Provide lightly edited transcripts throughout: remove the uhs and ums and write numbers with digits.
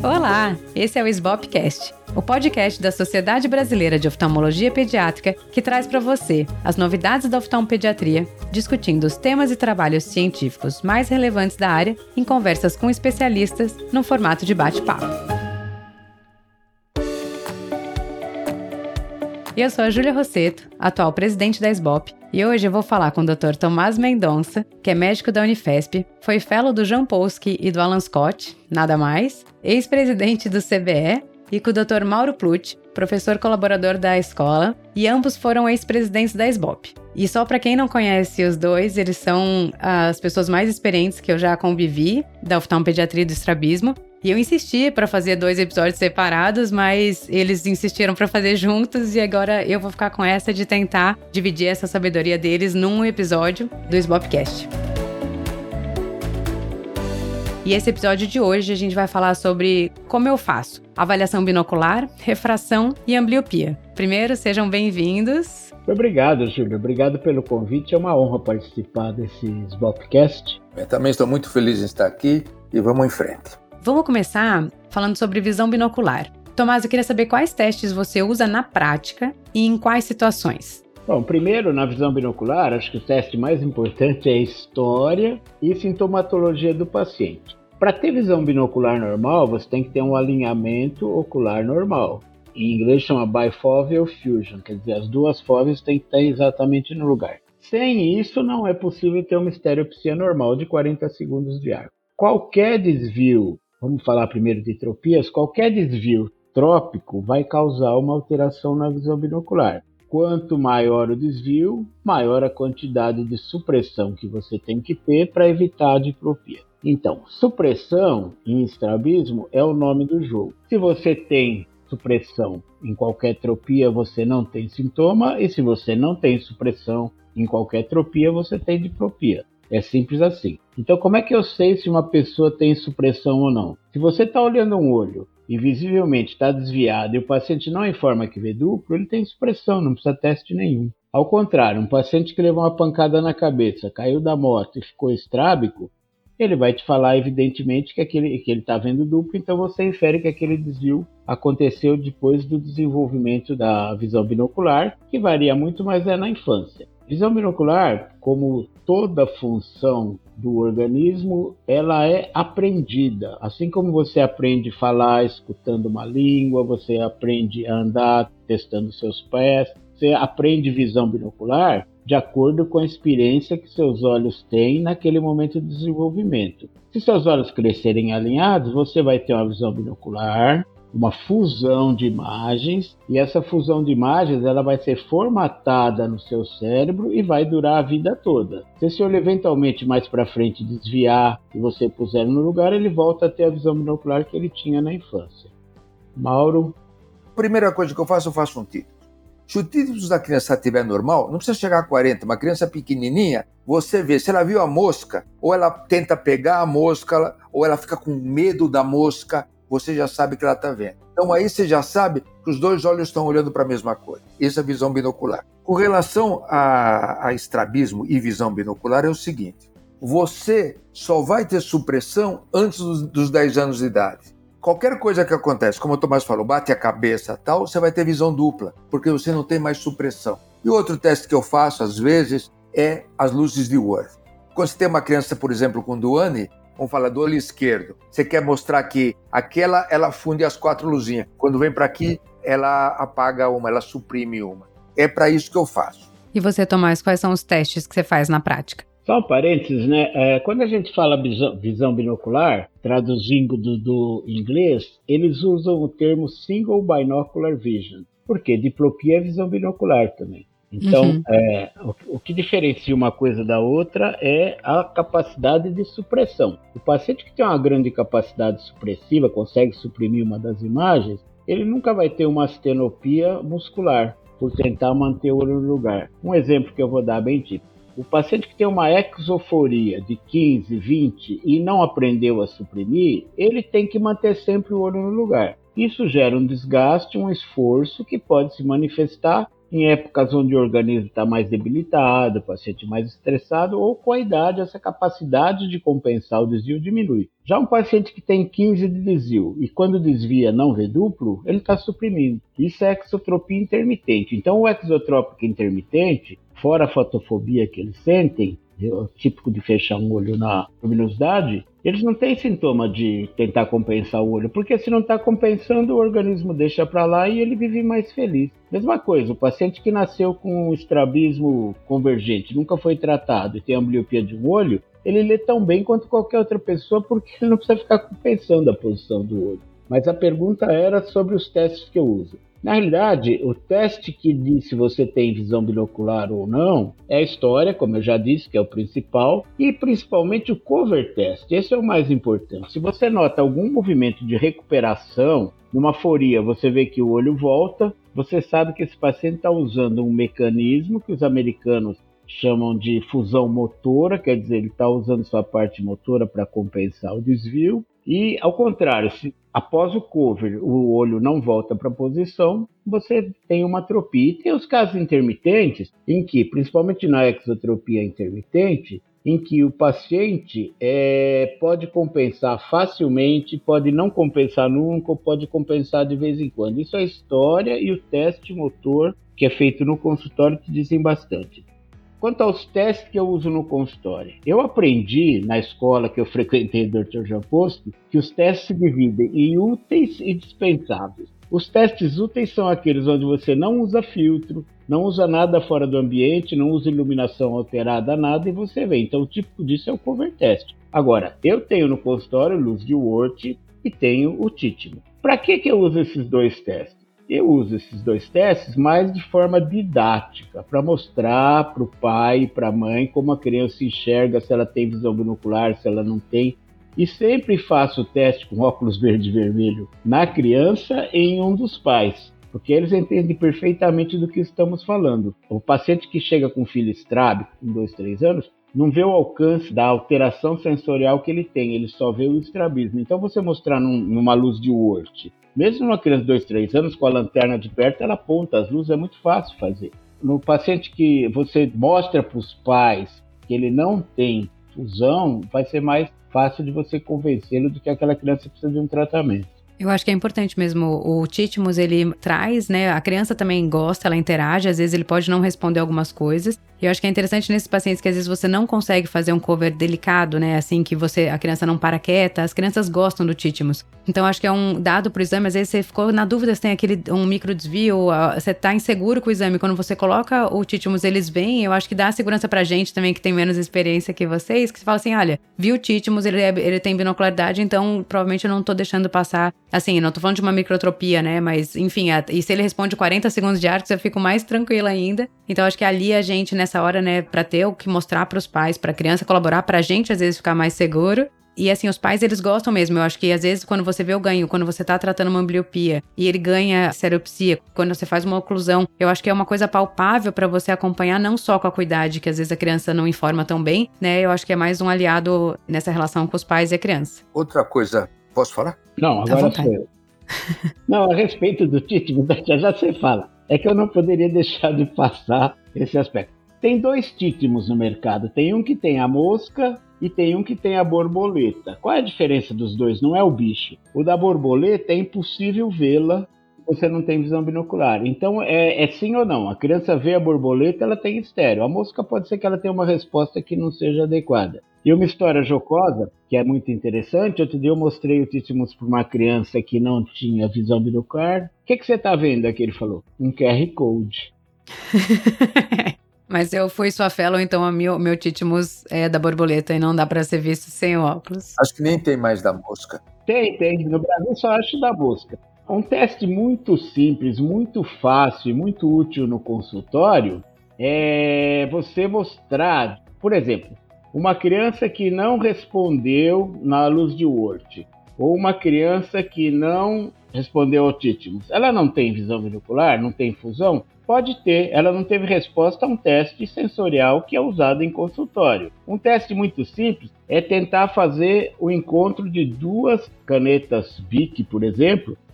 Olá, esse é o SBOPcast, o podcast da Sociedade Brasileira de Oftalmologia Pediátrica que traz para você as novidades da oftalmopediatria, discutindo os temas e trabalhos científicos mais relevantes da área em conversas com especialistas no formato de bate-papo. Eu sou a Júlia Rosseto, atual presidente da SBOP, e hoje eu vou falar com o Dr. Tomás Mendonça, que é médico da Unifesp, foi fellow do John Polsky e do Alan Scott, nada mais, ex-presidente do CBE, e com o Dr. Mauro Plutti, professor colaborador da escola, e ambos foram ex-presidentes da SBOP. E só para quem não conhece os dois, eles são as pessoas mais experientes que eu já convivi da oftalmopediatria e do estrabismo. E eu insisti para fazer 2 episódios separados, mas eles insistiram para fazer juntos e agora eu vou ficar com essa de tentar dividir essa sabedoria deles num episódio do SBOPcast. E esse episódio de hoje a gente vai falar sobre como eu faço avaliação binocular, refração e ambliopia. Primeiro, sejam bem-vindos. Obrigado, Júlio. Obrigado pelo convite. É uma honra participar desse SBOPcast. Eu também estou muito feliz em estar aqui e vamos em frente. Vamos começar falando sobre visão binocular. Tomás, eu queria saber quais testes você usa na prática e em quais situações. Bom, primeiro, na visão binocular, acho que o teste mais importante é a história e sintomatologia do paciente. Para ter visão binocular normal, você tem que ter um alinhamento ocular normal. Em inglês chama bifoveal fusion, quer dizer, as duas fóveas têm que estar exatamente no lugar. Sem isso, não é possível ter uma estereopsia normal de 40 segundos de arco. Qualquer desvio, vamos falar primeiro de tropias, qualquer desvio trópico vai causar uma alteração na visão binocular. Quanto maior o desvio, maior a quantidade de supressão que você tem que ter para evitar a ditropia. Então, supressão em estrabismo é o nome do jogo. Se você tem supressão em qualquer tropia, você não tem sintoma, e se você não tem supressão em qualquer tropia, você tem diplopia. É simples assim. Então, como é que eu sei se uma pessoa tem supressão ou não? Se você está olhando um olho e visivelmente está desviado e o paciente não informa que vê duplo, ele tem supressão, não precisa teste nenhum. Ao contrário, um paciente que levou uma pancada na cabeça, caiu da moto e ficou estrábico, ele vai te falar, evidentemente, que ele está vendo duplo, então você infere que aquele desvio aconteceu depois do desenvolvimento da visão binocular, que varia muito, mas é na infância. Visão binocular, como toda função do organismo, ela é aprendida. Assim como você aprende a falar escutando uma língua, você aprende a andar testando seus pés, você aprende visão binocular de acordo com a experiência que seus olhos têm naquele momento de desenvolvimento. Se seus olhos crescerem alinhados, você vai ter uma visão binocular, uma fusão de imagens, e essa fusão de imagens ela vai ser formatada no seu cérebro e vai durar a vida toda. Se esse olho eventualmente mais para frente desviar e você puser no lugar, ele volta a ter a visão binocular que ele tinha na infância. Mauro? Primeira coisa que eu faço um título. Se o título da criança estiver normal, não precisa chegar a 40, uma criança pequenininha, você vê se ela viu a mosca, ou ela tenta pegar a mosca, ou ela fica com medo da mosca, você já sabe que ela está vendo. Então aí você já sabe que os dois olhos estão olhando para a mesma coisa. Essa é a visão binocular. Com relação a estrabismo e visão binocular é o seguinte, você só vai ter supressão antes dos 10 anos de idade. Qualquer coisa que acontece, como o Tomás falou, bate a cabeça e tal, você vai ter visão dupla, porque você não tem mais supressão. E outro teste que eu faço, às vezes, é as luzes de Worth. Quando você tem uma criança, por exemplo, com Duane, vamos falar do olho esquerdo, você quer mostrar que aquela, ela funde as 4 luzinhas. Quando vem para aqui, ela apaga uma, ela suprime uma. É para isso que eu faço. E você, Tomás, quais são os testes que você faz na prática? Só um parênteses, né? Quando a gente fala visão binocular, traduzindo do inglês, eles usam o termo Single Binocular Vision. Por quê? Diplopia é visão binocular também. Então, o que diferencia uma coisa da outra é a capacidade de supressão. O paciente que tem uma grande capacidade supressiva, consegue suprimir uma das imagens, ele nunca vai ter uma astenopia muscular, por tentar manter o olho no lugar. Um exemplo que eu vou dar bem típico. O paciente que tem uma exoforia de 15, 20 e não aprendeu a suprimir, ele tem que manter sempre o olho no lugar. Isso gera um desgaste, um esforço que pode se manifestar em épocas onde o organismo está mais debilitado, o paciente mais estressado, ou com a idade, essa capacidade de compensar o desvio diminui. Já um paciente que tem 15 de desvio e quando desvia não vê duplo, ele está suprimindo. Isso é exotropia intermitente. Então o exotrópico intermitente, fora a fotofobia que eles sentem, o típico de fechar um olho na luminosidade, eles não têm sintoma de tentar compensar o olho, porque se não está compensando, o organismo deixa para lá e ele vive mais feliz. Mesma coisa, o paciente que nasceu com um estrabismo convergente, nunca foi tratado e tem ambliopia de um olho, ele lê tão bem quanto qualquer outra pessoa, porque ele não precisa ficar compensando a posição do olho. Mas a pergunta era sobre os testes que eu uso. Na realidade, o teste que diz se você tem visão binocular ou não é a história, como eu já disse, que é o principal, e principalmente o cover test. Esse é o mais importante. Se você nota algum movimento de recuperação, numa foria você vê que o olho volta, você sabe que esse paciente está usando um mecanismo que os americanos chamam de fusão motora, quer dizer, ele está usando sua parte motora para compensar o desvio. E, ao contrário, se após o cover o olho não volta para a posição, você tem uma atropia. E tem os casos intermitentes, em que, principalmente na exotropia intermitente, em que o paciente pode compensar facilmente, pode não compensar nunca, ou pode compensar de vez em quando. Isso é a história e o teste motor que é feito no consultório que dizem bastante. Quanto aos testes que eu uso no consultório, eu aprendi na escola que eu frequentei do Dr. Jampolsky que os testes se dividem em úteis e dispensáveis. Os testes úteis são aqueles onde você não usa filtro, não usa nada fora do ambiente, não usa iluminação alterada, nada, e você vê. Então o típico disso é o cover test. Agora, eu tenho no consultório luz de Wort e tenho o Titimo. Para que eu uso esses dois testes? Eu uso esses dois testes mais de forma didática, para mostrar para o pai e para a mãe como a criança enxerga, se ela tem visão binocular, se ela não tem. E sempre faço o teste com óculos verde e vermelho na criança e em um dos pais, porque eles entendem perfeitamente do que estamos falando. O paciente que chega com filho estrábico, com 2, 3 anos, não vê o alcance da alteração sensorial que ele tem, ele só vê o estrabismo. Então você mostrar numa luz de Wort, mesmo numa criança de 2, 3 anos, com a lanterna de perto, ela aponta as luzes, é muito fácil fazer. No paciente que você mostra para os pais que ele não tem fusão, vai ser mais fácil de você convencê-lo do que aquela criança precisa de um tratamento. Eu acho que é importante mesmo, o Titmus, ele traz, né, a criança também gosta, ela interage, às vezes ele pode não responder algumas coisas, e eu acho que é interessante nesses pacientes que às vezes você não consegue fazer um cover delicado, né, assim, que a criança não para quieta, as crianças gostam do Titmus. Então acho que é um dado pro exame, às vezes você ficou na dúvida se tem um micro desvio, você tá inseguro com o exame, quando você coloca o Titmus, eles vêm, eu acho que dá segurança pra gente também, que tem menos experiência que vocês, que você fala assim, olha, viu o Titmus, ele tem binocularidade, então provavelmente eu não tô deixando passar. Assim, não tô falando de uma microtropia, né, mas enfim, e se ele responde 40 segundos de arco, eu fico mais tranquila ainda. Então acho que ali a gente, nessa hora, né, pra ter o que mostrar pros pais, pra criança colaborar, pra gente às vezes ficar mais seguro. E assim, os pais, eles gostam mesmo. Eu acho que às vezes quando você vê o ganho, quando você tá tratando uma ambliopia e ele ganha seropsia, quando você faz uma oclusão, eu acho que é uma coisa palpável pra você acompanhar, não só com a acuidade, que às vezes a criança não informa tão bem, né, eu acho que é mais um aliado nessa relação com os pais e a criança. Outra coisa, posso falar? Não, agora sou eu. Não, a respeito do Titmus, já você fala. É que eu não poderia deixar de passar esse aspecto. Tem 2 Titmus no mercado. Tem um que tem a mosca e tem um que tem a borboleta. Qual é a diferença dos dois? Não é o bicho. O da borboleta é impossível vê-la se você não tem visão binocular. Então é sim ou não. A criança vê a borboleta, ela tem estéreo. A mosca pode ser que ela tenha uma resposta que não seja adequada. E uma história jocosa, que é muito interessante, outro dia eu mostrei o Titmus para uma criança que não tinha visão binocular. O que você está vendo aqui? Ele falou, um QR Code. Mas eu fui sua fellow, então meu Titmus é da borboleta e não dá para ser visto sem o óculos. Acho que nem tem mais da mosca. Tem. No Brasil só acho da mosca. Um teste muito simples, muito fácil e muito útil no consultório é você mostrar, por exemplo, uma criança que não respondeu na luz de Wort, ou uma criança que não respondeu ao Titmus. Ela não tem visão binocular, não tem fusão? Pode ter, ela não teve resposta a um teste sensorial que é usado em consultório. Um teste muito simples é tentar fazer o encontro de 2 canetas Bic, por exemplo,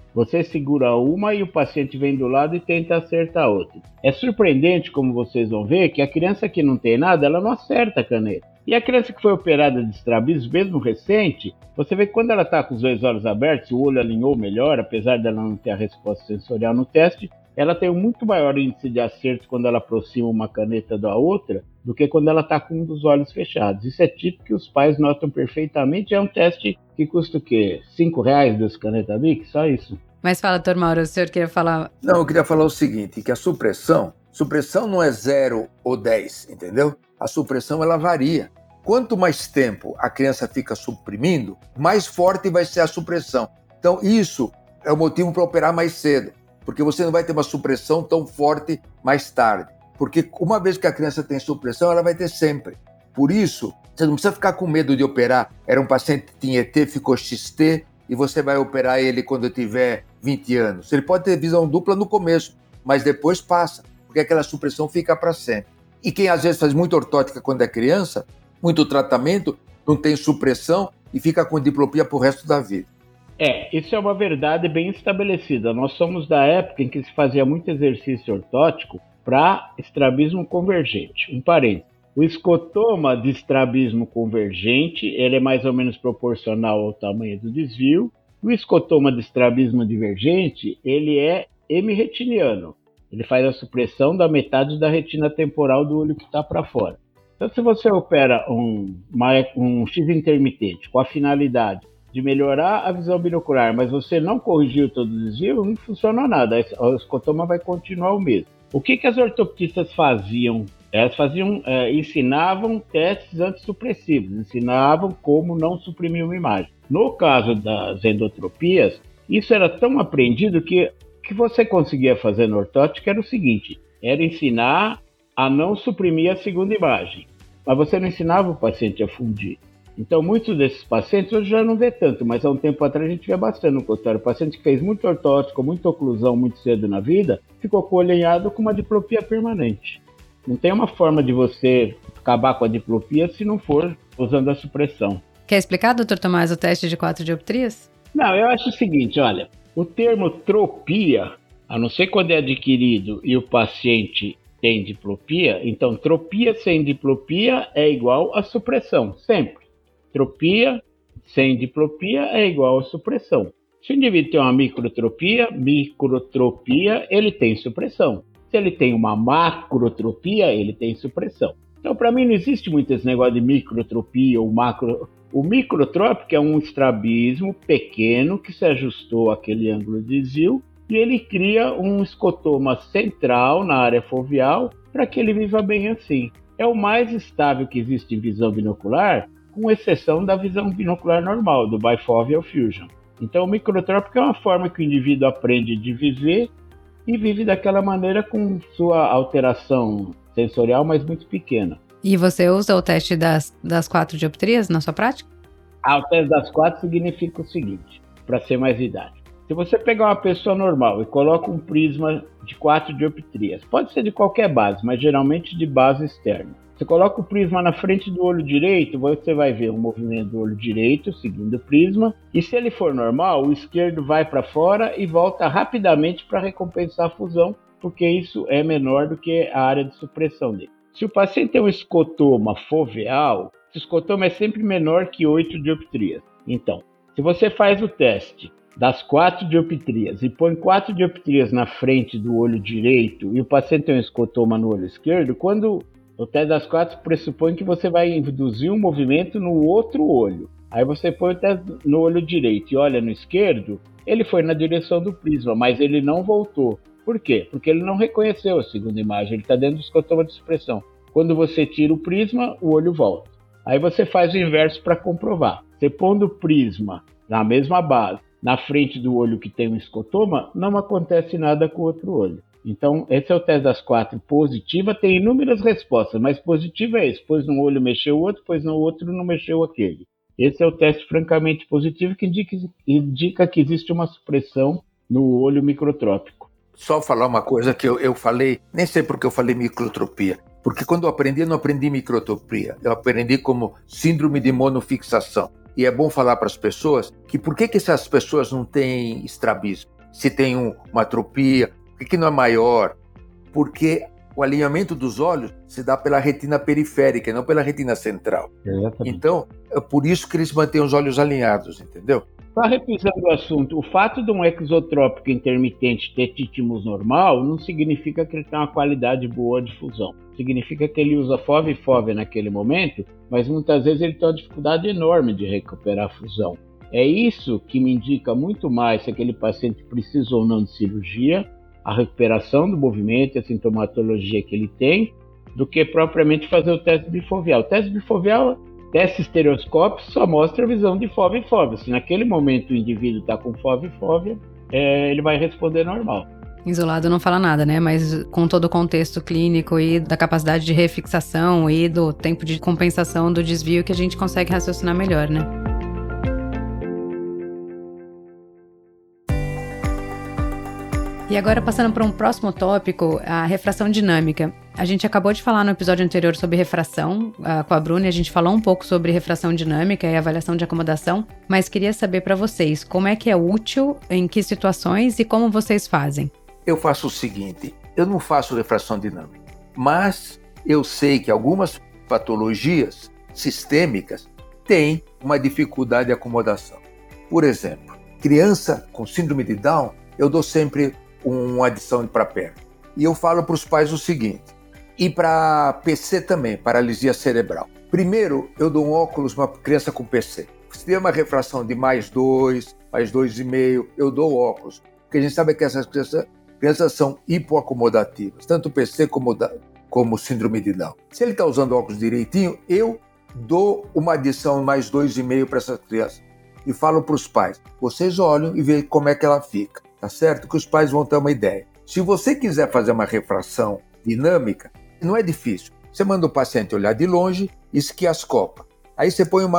Você segura uma e o paciente vem do lado e tenta acertar a outra. É surpreendente, como vocês vão ver, que a criança que não tem nada, ela não acerta a caneta. E a criança que foi operada de estrabismo, mesmo recente, você vê que quando ela está com os 2 olhos abertos, o olho alinhou melhor, apesar dela não ter a resposta sensorial no teste, ela tem um muito maior índice de acerto quando ela aproxima uma caneta da outra do que quando ela está com um dos olhos fechados. Isso é típico que os pais notam perfeitamente. É um teste que custa o quê? R$5 das canetas Bic? Só isso. Mas fala, doutor Mauro, o senhor queria falar... Não, eu queria falar o seguinte, que a supressão não é 0 ou 10, entendeu? A supressão, ela varia. Quanto mais tempo a criança fica suprimindo, mais forte vai ser a supressão. Então, isso é o motivo para operar mais cedo, porque você não vai ter uma supressão tão forte mais tarde. Porque uma vez que a criança tem supressão, ela vai ter sempre. Por isso, você não precisa ficar com medo de operar. Era um paciente que tinha ET, ficou XT, e você vai operar ele quando tiver 20 anos. Ele pode ter visão dupla no começo, mas depois passa, porque aquela supressão fica para sempre. E quem às vezes faz muita ortótica quando é criança, muito tratamento, não tem supressão e fica com diplopia pro resto da vida. Isso é uma verdade bem estabelecida. Nós somos da época em que se fazia muito exercício ortótico para estrabismo convergente. Um parênteses. O escotoma de estrabismo convergente, ele é mais ou menos proporcional ao tamanho do desvio. O escotoma de estrabismo divergente, ele é hemirretiniano. Ele faz a supressão da metade da retina temporal do olho que está para fora. Então, se você opera um X intermitente com a finalidade de melhorar a visão binocular, mas você não corrigiu todo o desvio, não funciona nada. O escotoma vai continuar o mesmo. O que as ortoptistas faziam? Elas ensinavam testes antisupressivos, ensinavam como não suprimir uma imagem. No caso das endotropias, isso era tão aprendido que o que você conseguia fazer no ortótico era o seguinte, era ensinar a não suprimir a segunda imagem, mas você não ensinava o paciente a fundir. Então, muitos desses pacientes, hoje já não vê tanto, mas há um tempo atrás a gente vê bastante no consultório. O paciente que fez muito ortótico, muita oclusão muito cedo na vida, ficou colenhado com uma diplopia permanente. Não tem uma forma de você acabar com a diplopia se não for usando a supressão. Quer explicar, doutor Tomás, o teste de 4 dioptrias? Não, eu acho o seguinte, olha, o termo tropia, a não ser quando é adquirido e o paciente tem diplopia, então tropia sem diplopia é igual a supressão, sempre. Tropia sem diplopia é igual a supressão. Se o indivíduo tem uma microtropia, ele tem supressão. Se ele tem uma macrotropia, ele tem supressão. Então, para mim, não existe muito esse negócio de microtropia ou macro. O microtrópico é um estrabismo pequeno que se ajustou àquele ângulo de desvio e ele cria um escotoma central na área foveal para que ele viva bem assim. É o mais estável que existe em visão binocular, com exceção da visão binocular normal, do bifoveal fusion. Então, o microtrópico é uma forma que o indivíduo aprende de viver e vive daquela maneira com sua alteração sensorial, mas muito pequena. E você usa o teste das 4 dioptrias na sua prática? O teste das 4 significa o seguinte, para ser mais didático. Se você pegar uma pessoa normal e coloca um prisma de 4 dioptrias, pode ser de qualquer base, mas geralmente de base externa. Você coloca o prisma na frente do olho direito, você vai ver um movimento do olho direito seguindo o prisma, e se ele for normal, o esquerdo vai para fora e volta rapidamente para recompensar a fusão, porque isso é menor do que a área de supressão dele. Se o paciente tem um escotoma foveal, esse escotoma é sempre menor que 8 dioptrias. Então, se você faz o teste das 4 dioptrias e põe 4 dioptrias na frente do olho direito e o paciente tem um escotoma no olho esquerdo, quando o teste das 4 pressupõe que você vai induzir um movimento no outro olho. Aí você põe o teste no olho direito e olha no esquerdo, ele foi na direção do prisma, mas ele não voltou. Por quê? Porque ele não reconheceu a segunda imagem, ele está dentro do escotoma de supressão. Quando você tira o prisma, o olho volta. Aí você faz o inverso para comprovar. Você pondo o prisma na mesma base, na frente do olho que tem um escotoma, não acontece nada com o outro olho. Então, esse é o teste das 4. Positiva tem inúmeras respostas, mas positiva é esse. Pôs num olho, mexeu o outro, pôs no outro, não mexeu aquele. Esse é o teste francamente positivo que indica que existe uma supressão no olho microtrópico. Só falar uma coisa que eu falei, nem sei porque eu falei microtropia, porque quando eu aprendi, eu não aprendi microtropia, eu aprendi como síndrome de monofixação. E é bom falar para as pessoas que por que essas pessoas não têm estrabismo? se tem uma atropia, por que não é maior? Porque o alinhamento dos olhos se dá pela retina periférica, não pela retina central. Exatamente. Então, é por isso que eles mantêm os olhos alinhados, entendeu? Só repisando o assunto, o fato de um exotrópico intermitente ter títmus normal não significa que ele tem uma qualidade boa de fusão. Significa que ele usa FOV e FOV naquele momento, mas muitas vezes ele tem uma dificuldade enorme de recuperar a fusão. É isso que me indica muito mais se aquele paciente precisa ou não de cirurgia, a recuperação do movimento e a sintomatologia que ele tem, do que propriamente fazer o teste bifovial. O teste bifovial, teste estereoscópio, só mostra a visão de FOV e FOV. Se naquele momento o indivíduo está com FOV e FOV, ele vai responder normal. Isolado não fala nada, né? Mas com todo o contexto clínico e da capacidade de refixação e do tempo de compensação do desvio que a gente consegue raciocinar melhor, né? E agora, passando para um próximo tópico, a refração dinâmica. A gente acabou de falar no episódio anterior sobre refração com a Bruna, a gente falou um pouco sobre refração dinâmica e avaliação de acomodação, mas queria saber para vocês, como é que é útil, em que situações e como vocês fazem? Eu faço o seguinte, eu não faço refração dinâmica, mas eu sei que algumas patologias sistêmicas têm uma dificuldade de acomodação. Por exemplo, criança com síndrome de Down, eu dou sempre uma adição para perna. E eu falo para os pais o seguinte, e para PC também, paralisia cerebral. Primeiro, eu dou um óculos para uma criança com PC. Se tem uma refração de mais 2, mais 2,5, eu dou óculos. Porque a gente sabe que essas crianças são hipoacomodativas, tanto PC como síndrome de Down. Se ele está usando óculos direitinho, eu dou uma adição mais 2,5 para essas crianças. E falo para os pais, vocês olham e veem como é que ela fica. Tá certo? Que os pais vão ter uma ideia. Se você quiser fazer uma refração dinâmica, não é difícil. Você manda o paciente olhar de longe e esquiascopa. Aí você põe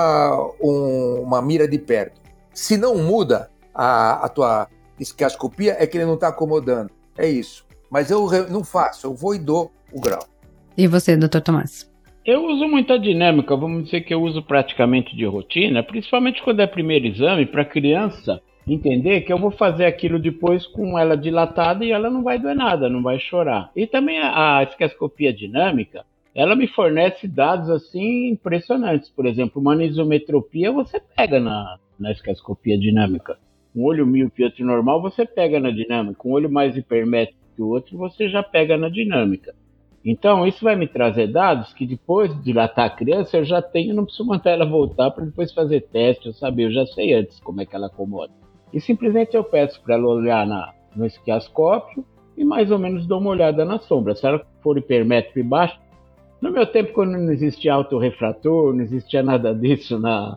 uma mira de perto. Se não muda a tua esquiascopia, é que ele não está acomodando. É isso. Mas eu não faço, eu vou e dou o grau. E você, Dr. Tomás? Eu uso muita dinâmica, vamos dizer que eu uso praticamente de rotina, principalmente quando é primeiro exame, para criança entender que eu vou fazer aquilo depois com ela dilatada e ela não vai doer nada, não vai chorar. E também a esquiascopia dinâmica, ela me fornece dados assim impressionantes. Por exemplo, uma anisometropia você pega na esquiascopia dinâmica. Um olho míope e outro normal você pega na dinâmica. Um olho mais hipermétrico que o outro você já pega na dinâmica. Então isso vai me trazer dados que depois de dilatar a criança eu já tenho, não preciso mandar ela voltar para depois fazer teste, eu já sei antes como é que ela acomoda. E simplesmente eu peço para ela olhar no esquiascópio e mais ou menos dou uma olhada na sombra. Se ela for hipermétrico e baixo, no meu tempo, quando não existia autorrefrator, não existia nada disso na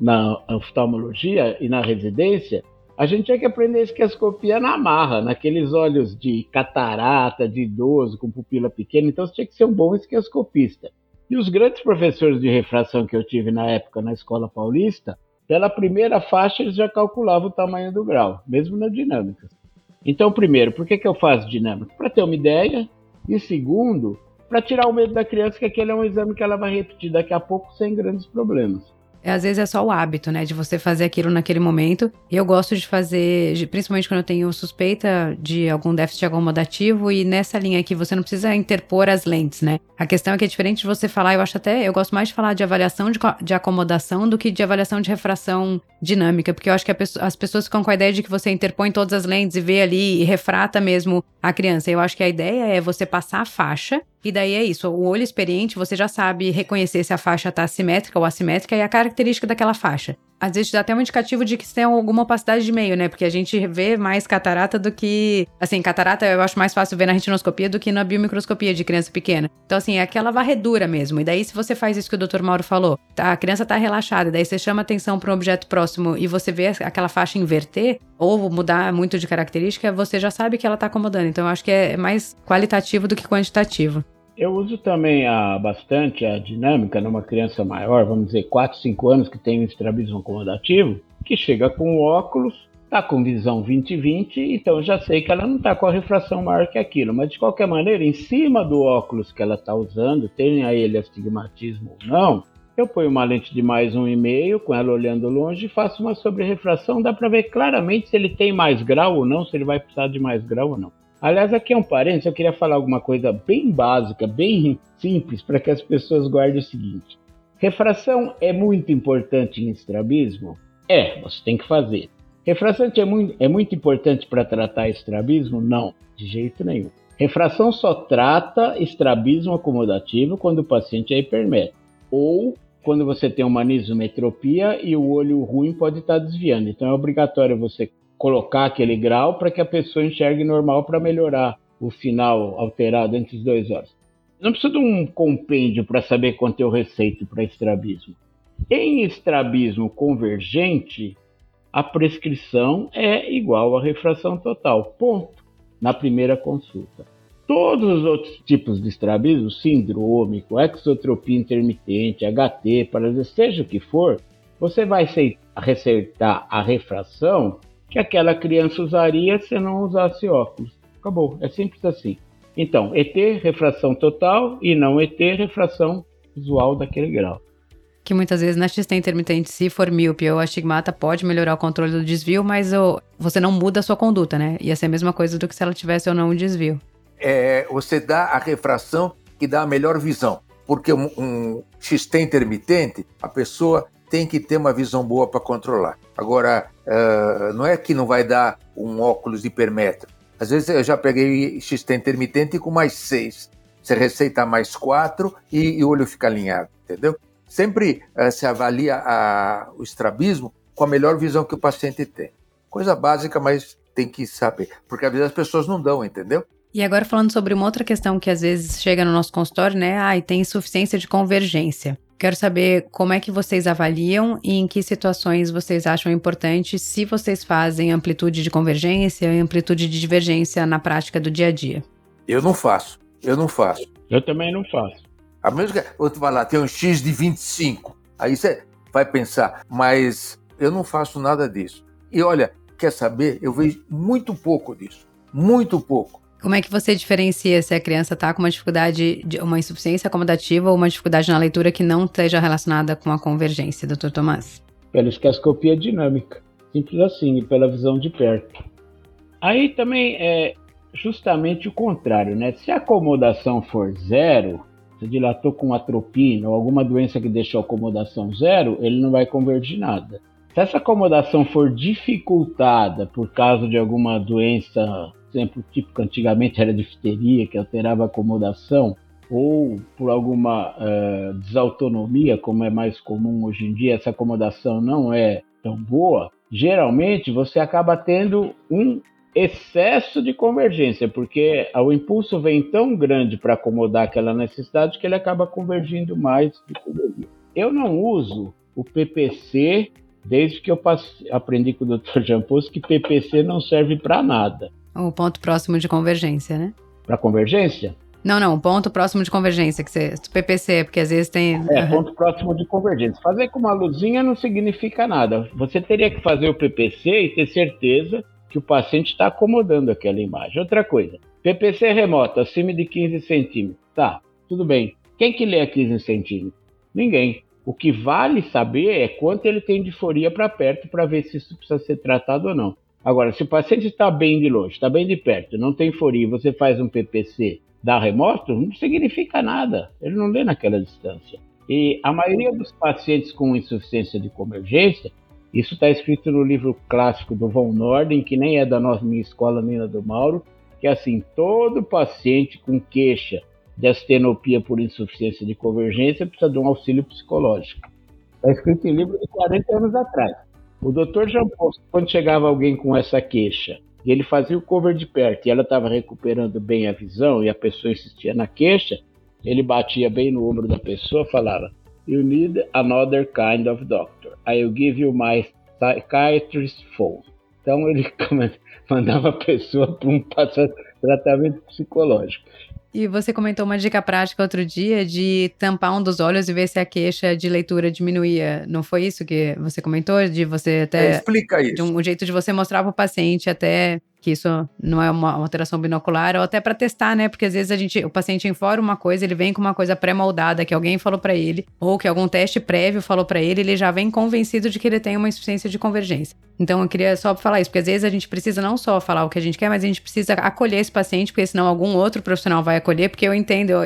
oftalmologia e na residência, a gente tinha que aprender a esquiascopia na marra, naqueles olhos de catarata, de idoso, com pupila pequena. Então você tinha que ser um bom esquiascopista. E os grandes professores de refração que eu tive na época na Escola Paulista, pela primeira faixa, eles já calculavam o tamanho do grau, mesmo na dinâmica. Então, primeiro, por que eu faço dinâmica? Para ter uma ideia. E segundo, para tirar o medo da criança, que aquele é um exame que ela vai repetir daqui a pouco sem grandes problemas. Às vezes é só o hábito, né, de você fazer aquilo naquele momento. Eu gosto de fazer, principalmente quando eu tenho suspeita de algum déficit acomodativo, e nessa linha aqui você não precisa interpor as lentes, né? A questão é que é diferente de você falar, eu gosto mais de falar de avaliação de acomodação do que de avaliação de refração dinâmica, porque eu acho que as pessoas ficam com a ideia de que você interpõe todas as lentes e vê ali e refrata mesmo a criança. Eu acho que a ideia é você passar a faixa, e daí é isso, o olho experiente, você já sabe reconhecer se a faixa está simétrica ou assimétrica e a característica daquela faixa. Às vezes dá até um indicativo de que você tem alguma opacidade de meio, né? Porque a gente vê mais catarata do que... Assim, catarata eu acho mais fácil ver na retinoscopia do que na biomicroscopia de criança pequena. Então, assim, é aquela varredura mesmo. E daí, se você faz isso que o Dr. Mauro falou, a criança tá relaxada, e daí você chama atenção para um objeto próximo e você vê aquela faixa inverter ou mudar muito de característica, você já sabe que ela tá acomodando. Então, eu acho que é mais qualitativo do que quantitativo. Eu uso também bastante a dinâmica numa criança maior, vamos dizer 4, 5 anos, que tem um estrabismo acomodativo, que chega com óculos, está com visão 20/20, então eu já sei que ela não está com a refração maior que aquilo. Mas de qualquer maneira, em cima do óculos que ela está usando, tenha ele astigmatismo ou não, Eu ponho uma lente de mais 1,5 com ela olhando longe e faço uma sobre-refração. Dá para ver claramente se ele tem mais grau ou não, se ele vai precisar de mais grau ou não. Aliás, aqui é um parênteses, eu queria falar alguma coisa bem básica, bem simples, para que as pessoas guardem o seguinte. Refração é muito importante em estrabismo? Você tem que fazer. Refração é muito importante para tratar estrabismo? Não, de jeito nenhum. Refração só trata estrabismo acomodativo quando o paciente é hipermétropo. Ou quando você tem uma anisometropia e o olho ruim pode estar desviando. Então é obrigatório você colocar aquele grau para que a pessoa enxergue normal para melhorar o sinal alterado entre os 2 olhos. Não precisa de um compêndio para saber quanto eu receito para estrabismo. Em estrabismo convergente, a prescrição é igual à refração total, ponto, na primeira consulta. Todos os outros tipos de estrabismo, sindrômico, exotropia intermitente, HT, paralisia, seja o que for, você vai receitar a refração que aquela criança usaria se não usasse óculos. Acabou, é simples assim. Então, ET, refração total, e não ET, refração visual daquele grau. Que muitas vezes na XT intermitente, se for míope ou astigmata, pode melhorar o controle do desvio, mas você não muda a sua conduta, né? Ia ser a mesma coisa do que se ela tivesse ou não um desvio. Você dá a refração que dá a melhor visão, porque um XT intermitente, a pessoa tem que ter uma visão boa para controlar. Agora, não é que não vai dar um óculos hipermétropo. Às vezes eu já peguei XT intermitente com mais 6. Você receita mais 4 e o olho fica alinhado, entendeu? Sempre se avalia o estrabismo com a melhor visão que o paciente tem. Coisa básica, mas tem que saber, porque às vezes as pessoas não dão, entendeu? E agora falando sobre uma outra questão que às vezes chega no nosso consultório, né? E tem insuficiência de convergência. Quero saber como é que vocês avaliam e em que situações vocês acham importante se vocês fazem amplitude de convergência e amplitude de divergência na prática do dia a dia. Eu não faço. Eu também não faço. A menos que eu te falar, tem um X de 25. Aí você vai pensar, mas eu não faço nada disso. E olha, quer saber? Eu vejo muito pouco disso. Muito pouco. Como é que você diferencia se a criança está com uma dificuldade, uma insuficiência acomodativa ou uma dificuldade na leitura que não esteja relacionada com a convergência, Dr. Tomás? Pela esquiascopia dinâmica. Simples assim, e pela visão de perto. Aí também é justamente o contrário, né? Se a acomodação for 0, se dilatou com atropina ou alguma doença que deixou a acomodação 0, ele não vai convergir nada. Se essa acomodação for dificultada por causa de alguma doença, por exemplo, tipo que antigamente era difteria, que alterava a acomodação, ou por alguma desautonomia, como é mais comum hoje em dia, essa acomodação não é tão boa, geralmente você acaba tendo um excesso de convergência, porque o impulso vem tão grande para acomodar aquela necessidade que ele acaba convergindo mais do que deveria. Eu não uso o PPC desde que eu aprendi com o Dr. Jampolsky que PPC não serve para nada. O ponto próximo de convergência, né? Para convergência? Não, ponto próximo de convergência, PPC, porque às vezes tem... Ponto próximo de convergência. Fazer com uma luzinha não significa nada. Você teria que fazer o PPC e ter certeza que o paciente está acomodando aquela imagem. Outra coisa, PPC remoto, acima de 15 centímetros. Tá, tudo bem. Quem que lê a 15 centímetros? Ninguém. O que vale saber é quanto ele tem de disforia para perto para ver se isso precisa ser tratado ou não. Agora, se o paciente está bem de longe, está bem de perto, não tem disforia, você faz um PPC da remoto, não significa nada. Ele não lê naquela distância. E a maioria dos pacientes com insuficiência de convergência, isso está escrito no livro clássico do Von Norden, que nem é da minha escola nem da do Mauro, que é assim, todo paciente com queixa de astenopia por insuficiência de convergência precisa de um auxílio psicológico. Está escrito em livro de 40 anos atrás. O Dr. Jampolsky, quando chegava alguém com essa queixa, e ele fazia o cover de perto e ela estava recuperando bem a visão e a pessoa insistia na queixa, ele batia bem no ombro da pessoa e falava: "You need another kind of doctor. I'll give you my psychiatrist phone." Então ele mandava a pessoa para um tratamento psicológico. E você comentou uma dica prática outro dia de tampar um dos olhos e ver se a queixa de leitura diminuía. Não foi isso que você comentou? De você até... Explica isso. De um jeito de você mostrar para o paciente até que isso não é uma alteração binocular, ou até para testar, né? Porque às vezes o paciente informa uma coisa, ele vem com uma coisa pré-moldada que alguém falou para ele, ou que algum teste prévio falou para ele já vem convencido de que ele tem uma insuficiência de convergência. Então eu queria só falar isso, porque às vezes a gente precisa não só falar o que a gente quer, mas a gente precisa acolher esse paciente, porque senão algum outro profissional vai acolher, porque eu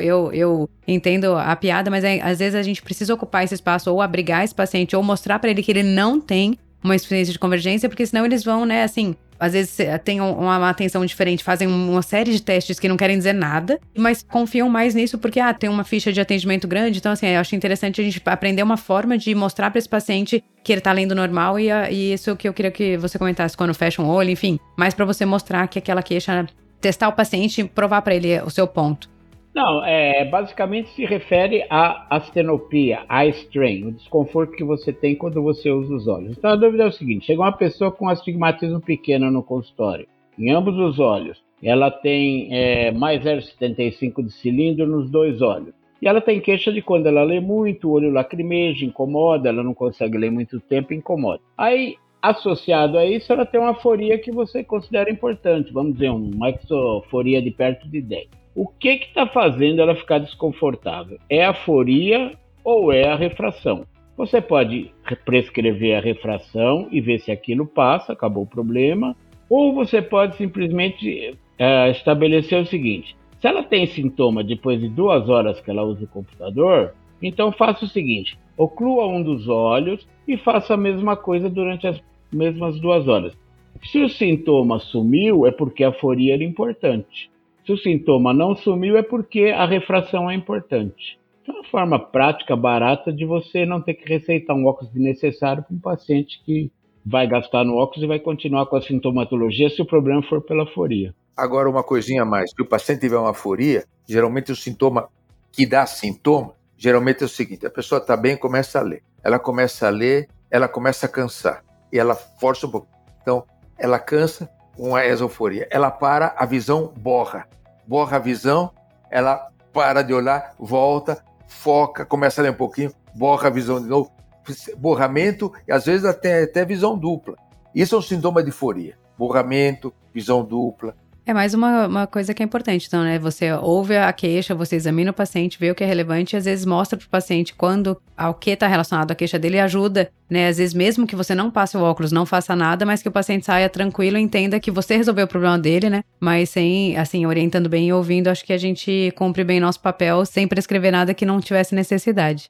entendo a piada, mas às vezes a gente precisa ocupar esse espaço, ou abrigar esse paciente, ou mostrar para ele que ele não tem uma insuficiência de convergência, porque senão eles vão, né, assim, às vezes tem uma atenção diferente, fazem uma série de testes que não querem dizer nada, mas confiam mais nisso porque, tem uma ficha de atendimento grande. Então, assim, eu acho interessante a gente aprender uma forma de mostrar para esse paciente que ele tá lendo normal e isso que eu queria que você comentasse quando fecha um olho, enfim, mas para você mostrar que aquela queixa, testar o paciente e provar para ele o seu ponto. Não, basicamente se refere à astenopia, eye strain, o desconforto que você tem quando você usa os olhos. Então a dúvida é o seguinte: chega uma pessoa com astigmatismo pequeno no consultório, em ambos os olhos, ela tem mais 0,75 de cilindro nos dois olhos, e ela tem queixa de quando ela lê muito, o olho lacrimeja, incomoda, ela não consegue ler muito tempo, incomoda. Aí, associado a isso, ela tem uma aforia que você considera importante, vamos dizer, uma exoforia de perto de 10. O que está fazendo ela ficar desconfortável? É a aforia ou é a refração? Você pode prescrever a refração e ver se aquilo passa, acabou o problema, ou você pode simplesmente estabelecer o seguinte: se ela tem sintoma depois de 2 horas que ela usa o computador, então faça o seguinte: oclua um dos olhos e faça a mesma coisa durante as mesmas 2 horas. Se o sintoma sumiu, é porque a aforia era importante. Se o sintoma não sumiu, é porque a refração é importante. É uma forma prática, barata, de você não ter que receitar um óculos desnecessário para um paciente que vai gastar no óculos e vai continuar com a sintomatologia se o problema for pela aforia. Agora, uma coisinha a mais. Se o paciente tiver uma aforia, geralmente o sintoma que dá sintoma, geralmente é o seguinte: a pessoa está bem e começa a ler. Ela começa a ler, ela começa a cansar. E ela força um pouco. Então, ela cansa com a exoforia. Ela para, a visão borra a visão, ela para de olhar, volta, foca, começa a ler um pouquinho, borra a visão de novo, borramento e às vezes até visão dupla. Isso é um sintoma de aforia, borramento, visão dupla. É mais uma coisa que é importante, então, né? Você ouve a queixa, você examina o paciente, vê o que é relevante e às vezes mostra pro paciente ao que está relacionado à queixa dele e ajuda, né? Às vezes mesmo que você não passe o óculos, não faça nada, mas que o paciente saia tranquilo e entenda que você resolveu o problema dele, né? Mas sem, assim, orientando bem e ouvindo, acho que a gente cumpre bem nosso papel sem prescrever nada que não tivesse necessidade.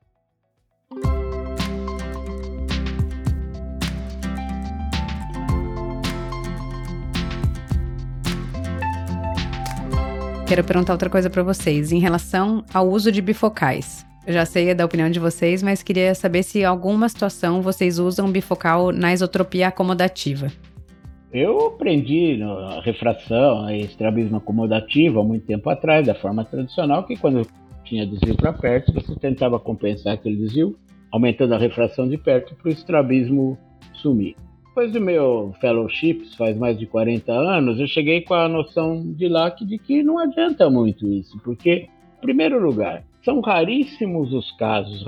Quero perguntar outra coisa para vocês, em relação ao uso de bifocais. Eu já sei da opinião de vocês, mas queria saber se em alguma situação vocês usam bifocal na isotropia acomodativa. Eu aprendi a refração, a estrabismo acomodativo há muito tempo atrás, da forma tradicional, que quando tinha desvio para perto, você tentava compensar aquele desvio, aumentando a refração de perto para o estrabismo sumir. Depois do meu fellowship, faz mais de 40 anos, eu cheguei com a noção de lá de que não adianta muito isso, porque, em primeiro lugar, são raríssimos os casos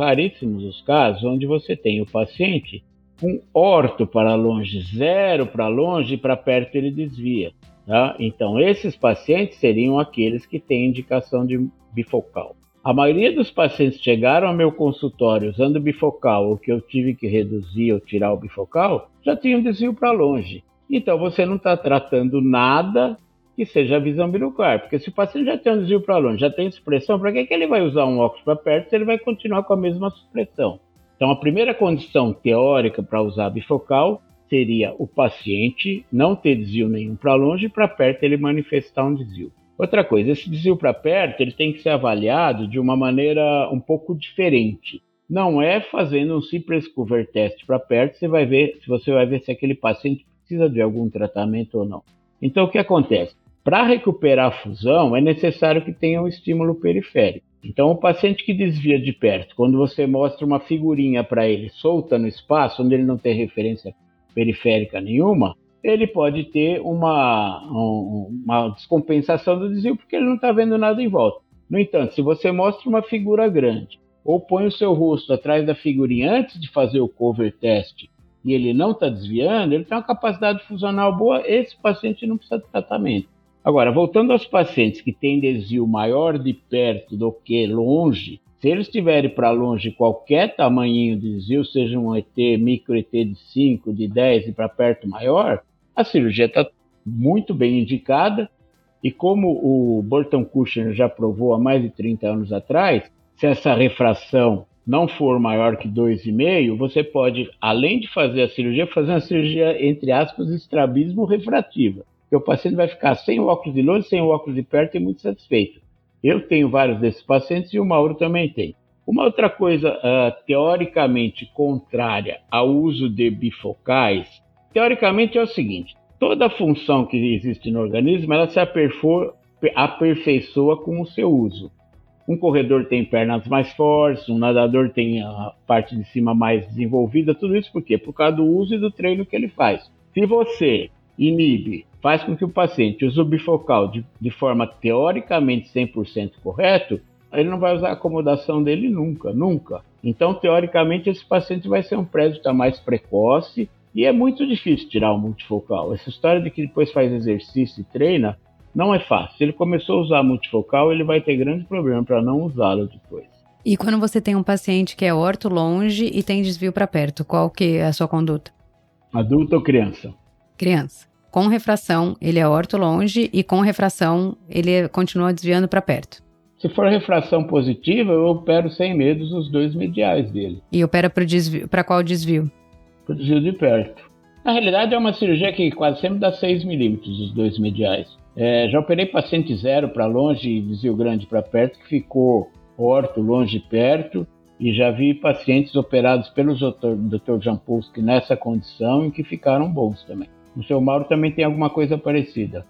onde você tem o paciente com orto para longe, 0 para longe e para perto ele desvia. Tá? Então, esses pacientes seriam aqueles que têm indicação de bifocal. A maioria dos pacientes que chegaram ao meu consultório usando bifocal ou que eu tive que reduzir ou tirar o bifocal, já tinham desvio para longe. Então você não está tratando nada que seja visão binocular, porque se o paciente já tem um desvio para longe, já tem supressão, para que ele vai usar um óculos para perto se ele vai continuar com a mesma supressão? Então a primeira condição teórica para usar bifocal seria o paciente não ter desvio nenhum para longe e para perto ele manifestar um desvio. Outra coisa, esse desvio para perto ele tem que ser avaliado de uma maneira um pouco diferente. Não é fazendo um Cypress Cover test para perto você vai ver se aquele paciente precisa de algum tratamento ou não. Então o que acontece? Para recuperar a fusão é necessário que tenha um estímulo periférico. Então o paciente que desvia de perto, quando você mostra uma figurinha para ele solta no espaço, onde ele não tem referência periférica nenhuma, ele pode ter uma descompensação do desvio porque ele não está vendo nada em volta. No entanto, se você mostra uma figura grande ou põe o seu rosto atrás da figurinha antes de fazer o cover test e ele não está desviando, ele tem uma capacidade funcional boa, esse paciente não precisa de tratamento. Agora, voltando aos pacientes que têm desvio maior de perto do que longe, se eles tiverem para longe qualquer tamanhinho de desvio, seja um ET, micro ET de 5, de 10 e para perto maior, a cirurgia está muito bem indicada. E como o Burton Kushner já provou há mais de 30 anos atrás, se essa refração não for maior que 2,5, você pode, além de fazer a cirurgia, fazer uma cirurgia, entre aspas, estrabismo refrativa. Que o paciente vai ficar sem o óculos de longe, sem o óculos de perto e muito satisfeito. Eu tenho vários desses pacientes e o Mauro também tem. Uma outra coisa teoricamente contrária ao uso de bifocais, teoricamente é o seguinte: toda função que existe no organismo, ela se aperfeiçoa com o seu uso. Um corredor tem pernas mais fortes, um nadador tem a parte de cima mais desenvolvida, tudo isso por quê? Por causa do uso e do treino que ele faz. Se você inibe, faz com que o paciente use o bifocal de forma teoricamente 100% correto, ele não vai usar a acomodação dele nunca. Então, teoricamente, esse paciente vai ser um presbítero mais precoce e é muito difícil tirar o multifocal. Essa história de que depois faz exercício e treina, não é fácil. Se ele começou a usar multifocal, ele vai ter grande problema para não usá-lo depois. E quando você tem um paciente que é orto longe e tem desvio para perto, qual que é a sua conduta? Adulto ou criança? Criança. Com refração, ele é orto longe e com refração, ele continua desviando para perto. Se for refração positiva, eu opero sem medos os 2 mediais dele. E opera para qual desvio? Para o desvio de perto. Na realidade, é uma cirurgia que quase sempre dá 6 milímetros, os 2 mediais. Já operei paciente zero para longe e desvio grande para perto, que ficou orto, longe e perto. E já vi pacientes operados pelo Dr. Jampolsky nessa condição e que ficaram bons também. O seu Mauro também tem alguma coisa parecida.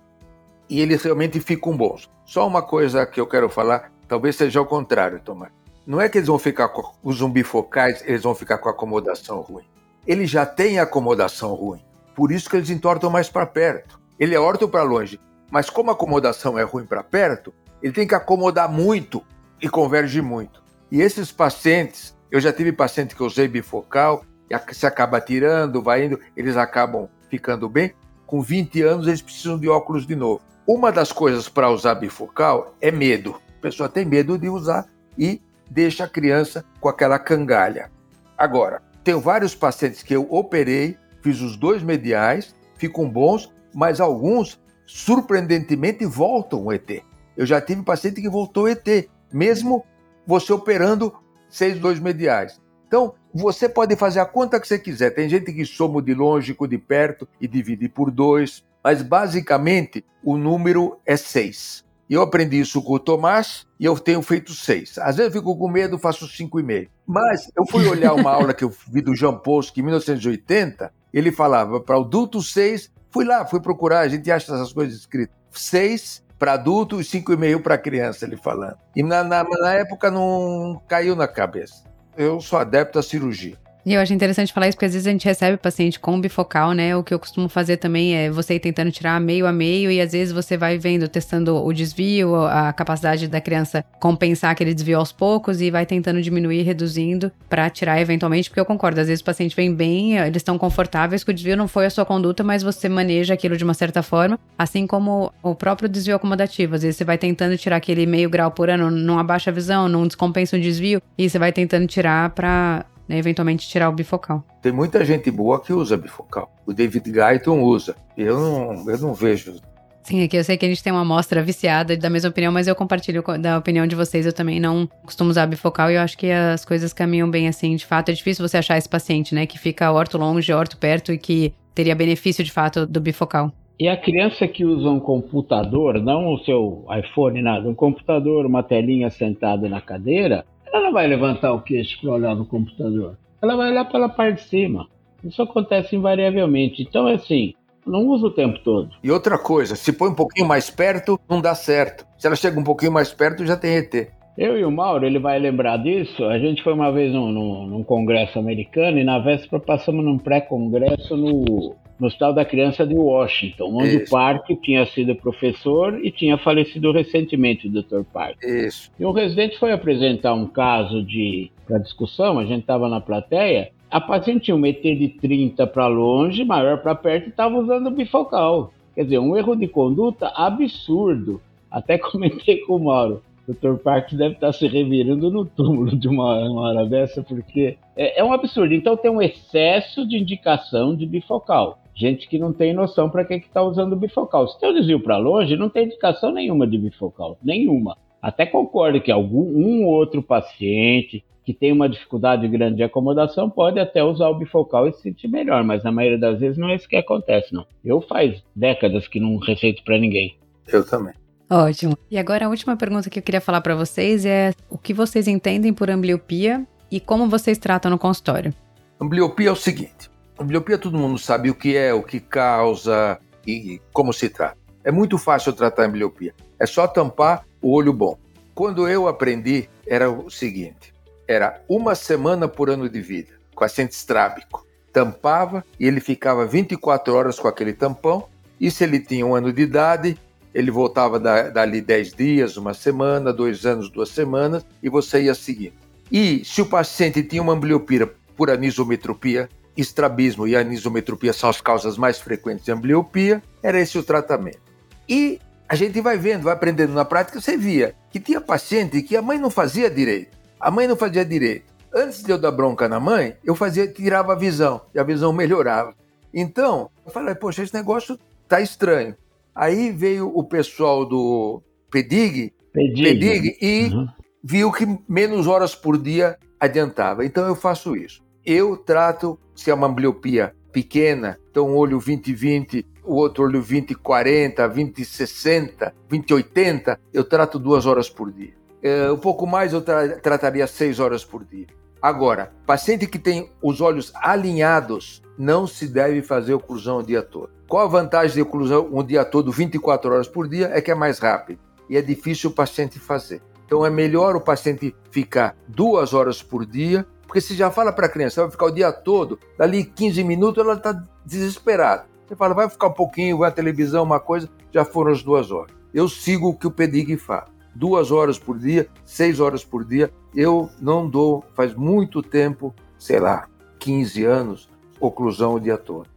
E eles realmente ficam bons. Só uma coisa que eu quero falar, talvez seja o contrário, Tomás. Não é que eles vão ficar com os bifocais, eles vão ficar com a acomodação ruim. Eles já têm acomodação ruim. Por isso que eles entortam mais para perto. Ele é orto para longe. Mas como a acomodação é ruim para perto, ele tem que acomodar muito e converge muito. E esses pacientes, eu já tive paciente que eu usei bifocal, e se acaba tirando, vai indo, eles acabam ficando bem. Com 20 anos eles precisam de óculos de novo. Uma das coisas para usar bifocal é medo. A pessoa tem medo de usar e deixa a criança com aquela cangalha. Agora, tenho vários pacientes que eu operei, fiz os 2 mediais, ficam bons, mas alguns, surpreendentemente, voltam o ET. Eu já tive paciente que voltou o ET, mesmo você operando 6 2 mediais. Então, você pode fazer a conta que você quiser. Tem gente que soma de longe com de perto e divide por 2, mas basicamente o número é 6. Eu aprendi isso com o Tomás e eu tenho feito 6. Às vezes eu fico com medo, faço 5,5. Mas eu fui olhar uma aula que eu vi do Jampolsky em 1980, ele falava para adulto 6, fui procurar, a gente acha essas coisas escritas. 6 para adulto e 5,5 para criança, ele falando. E na época não caiu na cabeça. Eu sou adepto à cirurgia. E eu acho interessante falar isso, porque às vezes a gente recebe paciente com bifocal, né? O que eu costumo fazer também é você ir tentando tirar meio a meio, e às vezes você vai vendo, testando o desvio, a capacidade da criança compensar aquele desvio aos poucos, e vai tentando diminuir, reduzindo, pra tirar eventualmente, porque eu concordo, às vezes o paciente vem bem, eles estão confortáveis, que o desvio não foi a sua conduta, mas você maneja aquilo de uma certa forma, assim como o próprio desvio acomodativo. Às vezes você vai tentando tirar aquele meio grau por ano, não abaixa a visão, não descompensa o desvio, e você vai tentando tirar pra eventualmente tirar o bifocal. Tem muita gente boa que usa bifocal. O David Guyton usa. Eu não vejo. Sim, aqui eu sei que a gente tem uma amostra viciada da mesma opinião, mas eu compartilho da opinião de vocês. Eu também não costumo usar bifocal e eu acho que as coisas caminham bem assim. De fato, é difícil você achar esse paciente, né, que fica orto longe, orto perto e que teria benefício de fato do bifocal. E a criança que usa um computador, não o seu iPhone, nada, um computador, uma telinha sentada na cadeira, ela não vai levantar o queixo para olhar no computador. Ela vai olhar pela parte de cima. Isso acontece invariavelmente. Então, é assim, não usa o tempo todo. E outra coisa, se põe um pouquinho mais perto, não dá certo. Se ela chega um pouquinho mais perto, já tem ET. Eu e o Mauro, ele vai lembrar disso. A gente foi uma vez num congresso americano e na véspera passamos num pré-congresso no Hospital da Criança de Washington, onde o Park tinha sido professor e tinha falecido recentemente, o Dr. Park. Isso. E um residente foi apresentar um caso para discussão, a gente estava na plateia, A paciente tinha um ET de 30 para longe, maior para perto, e estava usando bifocal. Quer dizer, um erro de conduta absurdo. Até comentei com o Mauro. O Dr. Parks deve estar se revirando no túmulo de uma hora dessa, porque é um absurdo. Então tem um excesso de indicação de bifocal. Gente que não tem noção para que está usando bifocal. Se tem um desvio para longe, não tem indicação nenhuma de bifocal. Nenhuma. Até concordo que um outro paciente que tem uma dificuldade grande de acomodação pode até usar o bifocal e se sentir melhor, mas na maioria das vezes não é isso que acontece, não. Eu faz décadas que não receito para ninguém. Eu também. Ótimo. E agora a última pergunta que eu queria falar para vocês é o que vocês entendem por ambliopia e como vocês tratam no consultório? Ambliopia é o seguinte, ambliopia todo mundo sabe o que é, o que causa e como se trata. É muito fácil tratar a ambliopia, é só tampar o olho bom. Quando eu aprendi era o seguinte, era 1 semana por ano de vida, paciente estrábico. Tampava e ele ficava 24 horas com aquele tampão e se ele tinha 1 ano de idade, ele voltava dali 10 dias, 1 semana, 2 anos, 2 semanas, e você ia seguindo. E se o paciente tinha uma ambliopia por anisometropia, estrabismo e anisometropia são as causas mais frequentes de ambliopia, era esse o tratamento. E a gente vai vendo, vai aprendendo na prática, você via que tinha paciente que a mãe não fazia direito. A mãe não fazia direito. Antes de eu dar bronca na mãe, eu tirava a visão, e a visão melhorava. Então, eu falei, poxa, esse negócio tá estranho. Aí veio o pessoal do Pedig e viu que menos horas por dia adiantava. Então eu faço isso. Eu trato, se é uma ambliopia pequena, então um olho 20/20, o outro olho 20/40, 20/60, 20/80, eu trato 2 horas por dia. Um pouco mais eu trataria 6 horas por dia. Agora, paciente que tem os olhos alinhados, não se deve fazer oclusão o dia todo. Qual a vantagem de oclusão o dia todo, 24 horas por dia? É que é mais rápido e é difícil o paciente fazer. Então é melhor o paciente ficar 2 horas por dia, porque se já fala para a criança, vai ficar o dia todo, dali 15 minutos ela está desesperada. Você fala, vai ficar um pouquinho, vai à televisão, uma coisa, já foram as 2 horas. Eu sigo o que o Pedig fala. 2 horas por dia, 6 horas por dia. Eu não dou, faz muito tempo, sei lá, 15 anos, oclusão o dia todo.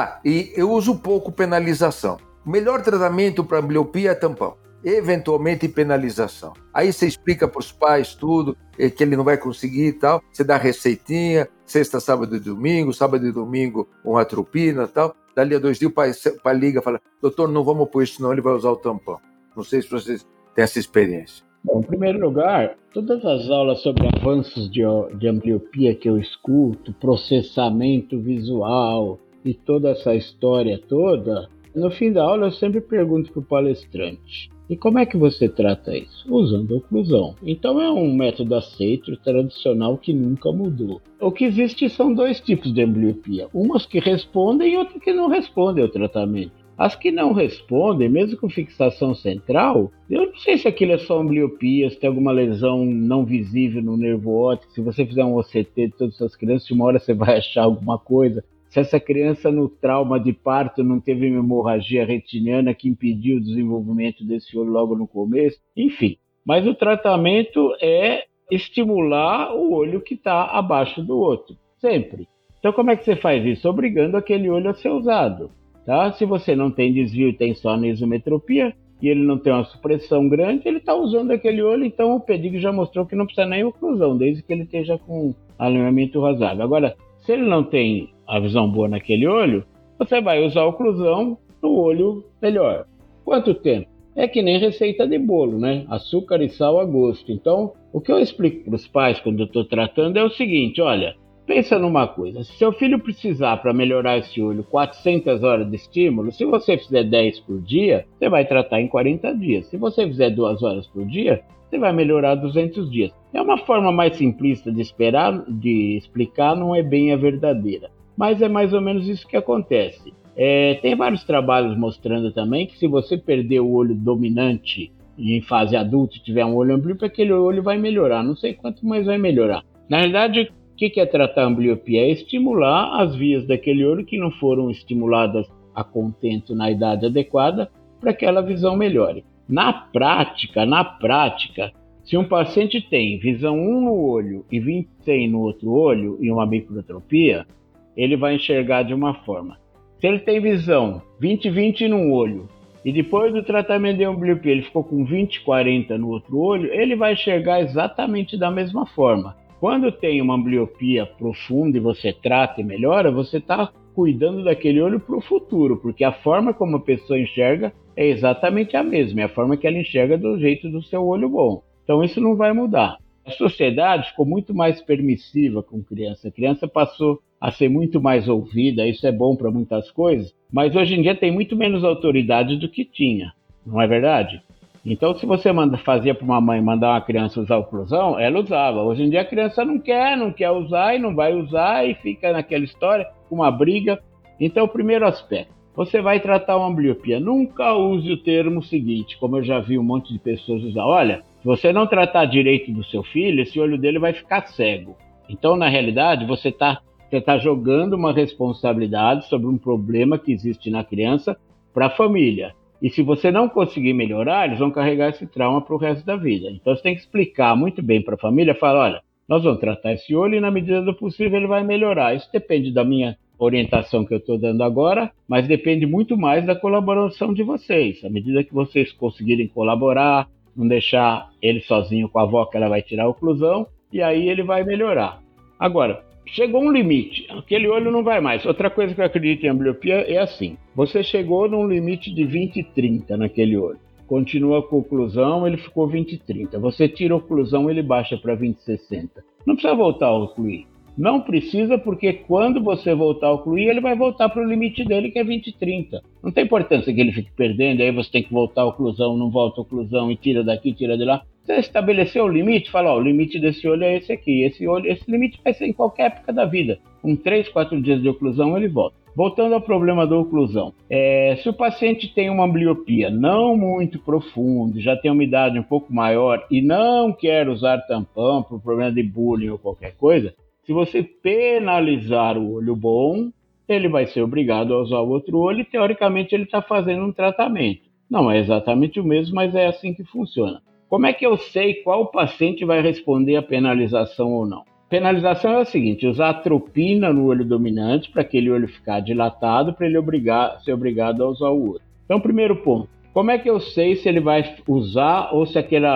E eu uso pouco penalização. O melhor tratamento para ambliopia é tampão. Eventualmente penalização. Aí você explica para os pais tudo, que ele não vai conseguir e tal. Você dá receitinha, sexta, sábado e domingo, uma atropina e tal. Dali a 2 dias o pai liga e fala, doutor, não vamos pôr isso, senão ele vai usar o tampão. Não sei se vocês têm essa experiência. Bom, em primeiro lugar, todas as aulas sobre avanços de ambliopia que eu escuto, processamento visual e toda essa história toda, no fim da aula eu sempre pergunto para o palestrante, e como é que você trata isso? Usando oclusão. Então é um método aceito, tradicional, que nunca mudou. O que existe são 2 tipos de ambliopia, umas que respondem e outras que não respondem ao tratamento. As que não respondem, mesmo com fixação central, eu não sei se aquilo é só ambliopia, se tem alguma lesão não visível no nervo óptico, se você fizer um OCT de todas essas crianças, de uma hora você vai achar alguma coisa. Se essa criança no trauma de parto não teve uma hemorragia retiniana que impediu o desenvolvimento desse olho logo no começo, enfim. Mas o tratamento é estimular o olho que está abaixo do outro, sempre. Então como é que você faz isso? Obrigando aquele olho a ser usado. Tá? Se você não tem desvio e tem só anisometropia, e ele não tem uma supressão grande, ele está usando aquele olho, então o Pedig já mostrou que não precisa nem oclusão, desde que ele esteja com alinhamento rasável. Agora, se ele não tem a visão boa naquele olho, você vai usar a oclusão no olho melhor. Quanto tempo? É que nem receita de bolo, né? Açúcar e sal a gosto. Então, o que eu explico para os pais quando eu estou tratando é o seguinte, olha, pensa numa coisa, se seu filho precisar para melhorar esse olho 400 horas de estímulo, se você fizer 10 por dia, você vai tratar em 40 dias. Se você fizer 2 horas por dia, você vai melhorar 200 dias. É uma forma mais simplista de explicar, não é bem a verdadeira. Mas é mais ou menos isso que acontece. Tem vários trabalhos mostrando também que se você perder o olho dominante em fase adulta e tiver um olho amblíope, aquele olho vai melhorar. Não sei quanto, mas vai melhorar. Na verdade, o que é tratar a ambliopia? É estimular as vias daquele olho que não foram estimuladas a contento na idade adequada para que aquela visão melhore. Na prática, Se um paciente tem visão 1 no olho e 20/100 no outro olho e uma microtropia, ele vai enxergar de uma forma. Se ele tem visão 20/20 num olho e depois do tratamento de ambliopia ele ficou com 20/40 no outro olho, ele vai enxergar exatamente da mesma forma. Quando tem uma ambliopia profunda e você trata e melhora, você está cuidando daquele olho para o futuro, porque a forma como a pessoa enxerga é exatamente a mesma, é a forma que ela enxerga do jeito do seu olho bom. Então isso não vai mudar. A sociedade ficou muito mais permissiva com criança. A criança passou a ser muito mais ouvida, isso é bom para muitas coisas, mas hoje em dia tem muito menos autoridade do que tinha, não é verdade? Então se você fazia para uma mãe mandar uma criança usar oclusão, ela usava. Hoje em dia a criança não quer usar e não vai usar e fica naquela história, uma briga. Então o primeiro aspecto, você vai tratar uma ambliopia, nunca use o termo seguinte, como eu já vi um monte de pessoas usar, olha, se você não tratar direito do seu filho, esse olho dele vai ficar cego. Então, na realidade, você está jogando uma responsabilidade sobre um problema que existe na criança para a família. E se você não conseguir melhorar, eles vão carregar esse trauma para o resto da vida. Então, você tem que explicar muito bem para a família, falar, olha, nós vamos tratar esse olho e na medida do possível ele vai melhorar. Isso depende da minha orientação que eu estou dando agora, mas depende muito mais da colaboração de vocês. À medida que vocês conseguirem colaborar, não deixar ele sozinho com a avó que ela vai tirar a oclusão, e aí ele vai melhorar. Agora, chegou um limite, aquele olho não vai mais. Outra coisa que eu acredito em ambliopia é assim, você chegou num limite de 20/30 naquele olho, continua com oclusão, ele ficou 20/30, você tira a oclusão, ele baixa para 20/60. Não precisa voltar a ocluir. Não precisa, porque quando você voltar a ocluir, ele vai voltar para o limite dele, que é 20/30. Não tem importância que ele fique perdendo, aí você tem que voltar a oclusão, não volta a oclusão, e tira daqui, tira de lá. Você estabeleceu o limite, fala, ó, o limite desse olho é esse aqui. Esse limite vai ser em qualquer época da vida. Com 3, 4 dias de oclusão, ele volta. Voltando ao problema da oclusão. Se o paciente tem uma ambliopia não muito profunda, já tem uma idade um pouco maior e não quer usar tampão por problema de bullying ou qualquer coisa, se você penalizar o olho bom, ele vai ser obrigado a usar o outro olho e, teoricamente, ele está fazendo um tratamento. Não é exatamente o mesmo, mas é assim que funciona. Como é que eu sei qual paciente vai responder à penalização ou não? Penalização é o seguinte, usar atropina no olho dominante para aquele olho ficar dilatado, para ele ser obrigado a usar o outro. Então, primeiro ponto, como é que eu sei se ele vai usar ou se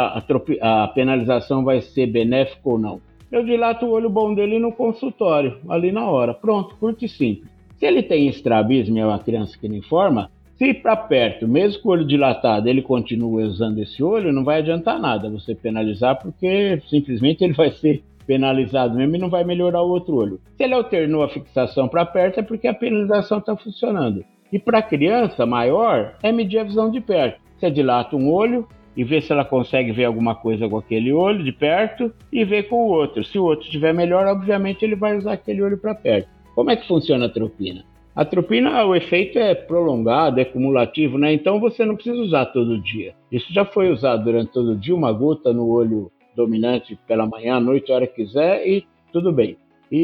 a penalização vai ser benéfica ou não? Eu dilato o olho bom dele no consultório, ali na hora. Pronto, curto e simples. Se ele tem estrabismo e é uma criança que não informa, se para perto, mesmo com o olho dilatado, ele continua usando esse olho, não vai adiantar nada você penalizar, porque simplesmente ele vai ser penalizado mesmo e não vai melhorar o outro olho. Se ele alternou a fixação para perto, é porque a penalização está funcionando. E para a criança maior, é medir a visão de perto. Você dilata um olho e vê se ela consegue ver alguma coisa com aquele olho de perto e vê com o outro. Se o outro estiver melhor, obviamente ele vai usar aquele olho para perto. Como é que funciona a atropina? A atropina, o efeito é prolongado, é cumulativo, né? Então você não precisa usar todo dia. Isso já foi usado durante todo o dia, uma gota no olho dominante pela manhã, à noite, a hora que quiser, e tudo bem.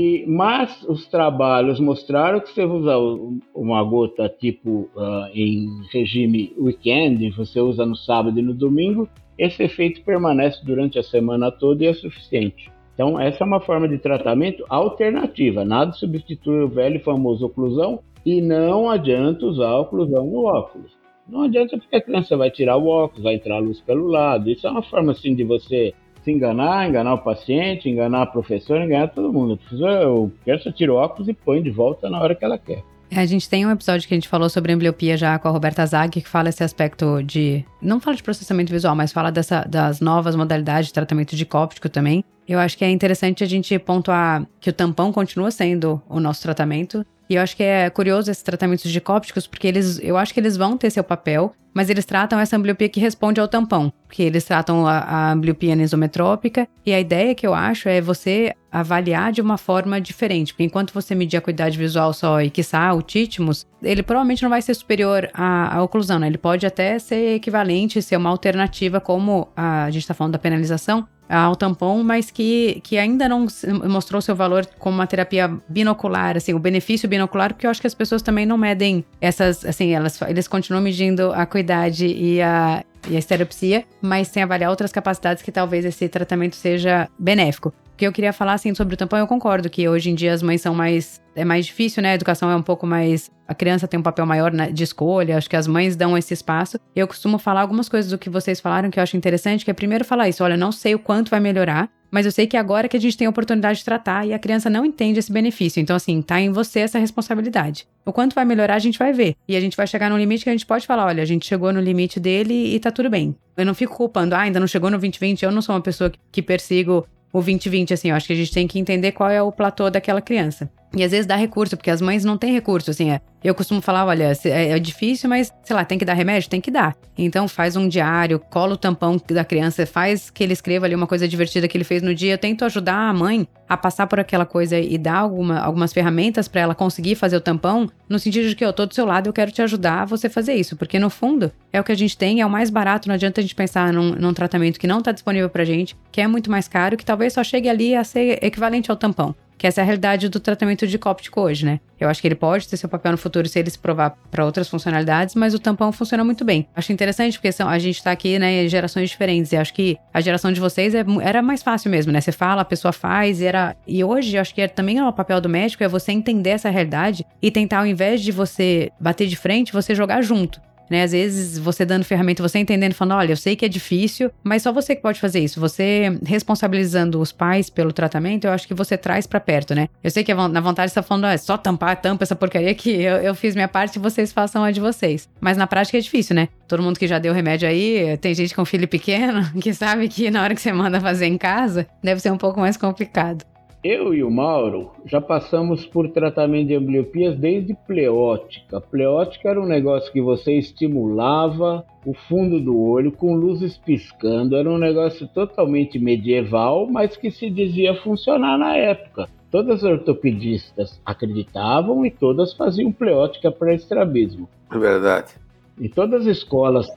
Mas os trabalhos mostraram que se você usar uma gota tipo em regime weekend, você usa no sábado e no domingo, esse efeito permanece durante a semana toda e é suficiente. Então essa é uma forma de tratamento alternativa, nada substitui o velho e famoso oclusão e não adianta usar a oclusão no óculos. Não adianta porque a criança vai tirar o óculos, vai entrar a luz pelo lado, isso é uma forma assim de você se enganar o paciente, enganar a professora, enganar todo mundo. A criança tira o óculos e põe de volta na hora que ela quer. A gente tem um episódio que a gente falou sobre ambliopia já com a Roberta Zag, que fala esse aspecto de... Não fala de processamento visual, mas fala das novas modalidades de tratamento dicóptico também. Eu acho que é interessante a gente pontuar que o tampão continua sendo o nosso tratamento. E eu acho que é curioso esses tratamentos dicópticos, porque eu acho que eles vão ter seu papel, mas eles tratam essa ambliopia que responde ao tampão, porque eles tratam a ambliopia anisometrópica, e a ideia que eu acho é você avaliar de uma forma diferente, porque enquanto você medir a acuidade visual só e, quiçá, o títimos, ele provavelmente não vai ser superior à oclusão, né? Ele pode até ser equivalente, ser uma alternativa, como a gente está falando da penalização, ao tampão, mas que ainda não mostrou seu valor como uma terapia binocular, assim, o benefício binocular, porque eu acho que as pessoas também não medem essas, assim, eles continuam medindo a acuidade e e a estereopsia, mas sem avaliar outras capacidades que talvez esse tratamento seja benéfico. O que eu queria falar, assim, sobre o tampão, eu concordo que hoje em dia as mães são é mais difícil, né? A educação é um pouco mais... A criança tem um papel maior de escolha, acho que as mães dão esse espaço. Eu costumo falar algumas coisas do que vocês falaram que eu acho interessante, que é primeiro falar isso, olha, não sei o quanto vai melhorar, mas eu sei que agora que a gente tem a oportunidade de tratar e a criança não entende esse benefício. Então, assim, tá em você essa responsabilidade. O quanto vai melhorar, a gente vai ver. E a gente vai chegar num limite que a gente pode falar, olha, a gente chegou no limite dele e tá tudo bem. Eu não fico culpando, ainda não chegou no 2020, eu não sou uma pessoa que persigo o 2020, assim, eu acho que a gente tem que entender qual é o platô daquela criança. E às vezes dá recurso, porque as mães não têm recurso, assim, eu costumo falar, olha, é difícil, mas, sei lá, tem que dar remédio? Tem que dar. Então faz um diário, cola o tampão da criança, faz que ele escreva ali uma coisa divertida que ele fez no dia. Eu tento ajudar a mãe a passar por aquela coisa e dar algumas ferramentas pra ela conseguir fazer o tampão, no sentido de que eu tô do seu lado, eu quero te ajudar a você fazer isso, porque no fundo é o que a gente tem, é o mais barato, não adianta a gente pensar num tratamento que não tá disponível pra gente, que é muito mais caro, que talvez só chegue ali a ser equivalente ao tampão. Que essa é a realidade do tratamento dicóptico hoje, né? Eu acho que ele pode ter seu papel no futuro se ele se provar para outras funcionalidades, mas o tampão funciona muito bem. Acho interessante porque a gente tá aqui, né, em gerações diferentes, e acho que a geração de vocês era mais fácil mesmo, né? Você fala, a pessoa faz, e hoje eu acho que também é o papel do médico, é você entender essa realidade e tentar, ao invés de você bater de frente, você jogar junto. Né? Às vezes você dando ferramenta, você entendendo, falando, olha, eu sei que é difícil, mas só você que pode fazer isso. Você responsabilizando os pais pelo tratamento, eu acho que você traz pra perto, né? Eu sei que na vontade você tá falando, é só tampa essa porcaria que eu fiz minha parte e vocês façam a de vocês. Mas na prática é difícil, né? Todo mundo que já deu remédio aí, tem gente com filho pequeno, que sabe que na hora que você manda fazer em casa, deve ser um pouco mais complicado. Eu e o Mauro já passamos por tratamento de ambliopias desde pleótica. Pleótica era um negócio que você estimulava o fundo do olho com luzes piscando. Era um negócio totalmente medieval, mas que se dizia funcionar na época. Todas as ortopedistas acreditavam e todas faziam pleótica para estrabismo. É verdade. E todas as escolas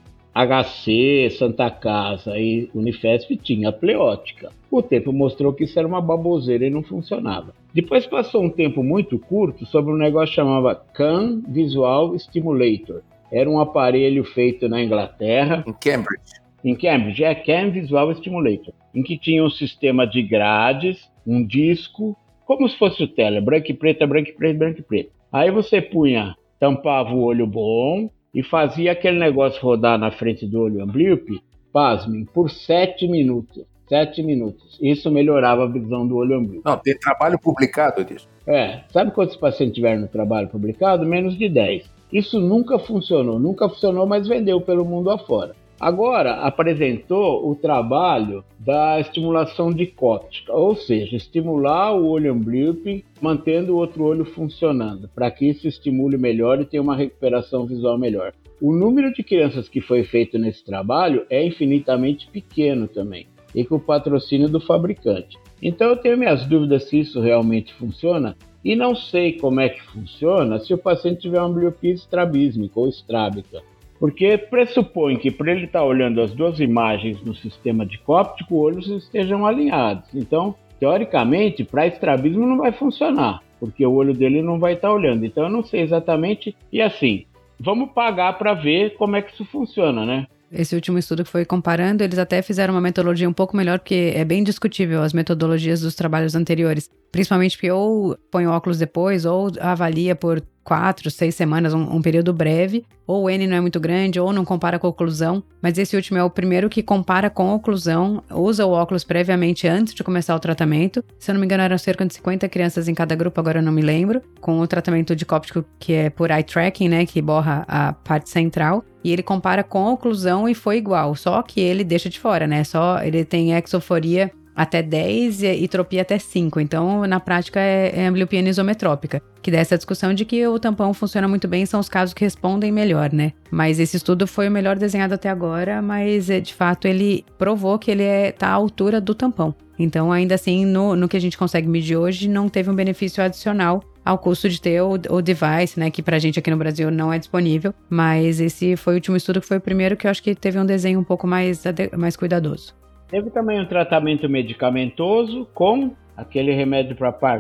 HC, Santa Casa e Unifesp tinha pleótica. O tempo mostrou que isso era uma baboseira e não funcionava. Depois passou um tempo muito curto sobre um negócio que chamava Cam Visual Stimulator. Era um aparelho feito na Inglaterra. Em Cambridge. Em Cambridge, Cam Visual Stimulator. Em que tinha um sistema de grades, um disco, como se fosse o tele, branco e preto, branco e preto, branco e preto. Aí você tampava o olho bom, e fazia aquele negócio rodar na frente do olho amblíope, pasmem, por 7 minutos. 7 minutos. Isso melhorava a visão do olho amblíope. Não, tem trabalho publicado disso. Sabe quantos pacientes tiveram no trabalho publicado? Menos de 10. Isso nunca funcionou, mas vendeu pelo mundo afora. Agora apresentou o trabalho da estimulação dicóptica, ou seja, estimular o olho amblíope mantendo o outro olho funcionando, para que isso estimule melhor e tenha uma recuperação visual melhor. O número de crianças que foi feito nesse trabalho é infinitamente pequeno também, e com o patrocínio do fabricante. Então eu tenho minhas dúvidas se isso realmente funciona, e não sei como é que funciona se o paciente tiver uma ambliopia estrabísmica ou estrábica. Porque pressupõe que para ele estar olhando as duas imagens no sistema dicóptico, olhos estejam alinhados. Então, teoricamente, para estrabismo não vai funcionar, porque o olho dele não vai estar olhando. Então, eu não sei exatamente. E assim, vamos pagar para ver como é que isso funciona, né? Esse último estudo que foi comparando, eles até fizeram uma metodologia um pouco melhor, porque é bem discutível as metodologias dos trabalhos anteriores. Principalmente porque ou põe óculos depois, ou avalia por 4, 6 semanas, um período breve, ou o N não é muito grande, ou não compara com a oclusão. Mas esse último é o primeiro que compara com a oclusão, usa o óculos previamente antes de começar o tratamento. Se eu não me engano, eram cerca de 50 crianças em cada grupo, agora eu não me lembro, com o tratamento dicóptico que é por eye tracking, né, que borra a parte central. E ele compara com a oclusão e foi igual, só que ele deixa de fora, né? Só ele tem exoforia até 10 e tropia até 5. Então, na prática, é ambliopia anisometrópica, que dá essa discussão de que o tampão funciona muito bem, são os casos que respondem melhor, né? Mas esse estudo foi o melhor desenhado até agora, mas, de fato, ele provou que ele tá à altura do tampão. Então, ainda assim, no que a gente consegue medir hoje, não teve um benefício adicional ao custo de ter o device, né, que pra gente aqui no Brasil não é disponível, mas esse foi o último estudo que foi o primeiro que eu acho que teve um desenho um pouco mais cuidadoso. Teve também um tratamento medicamentoso com aquele remédio para Parkinson.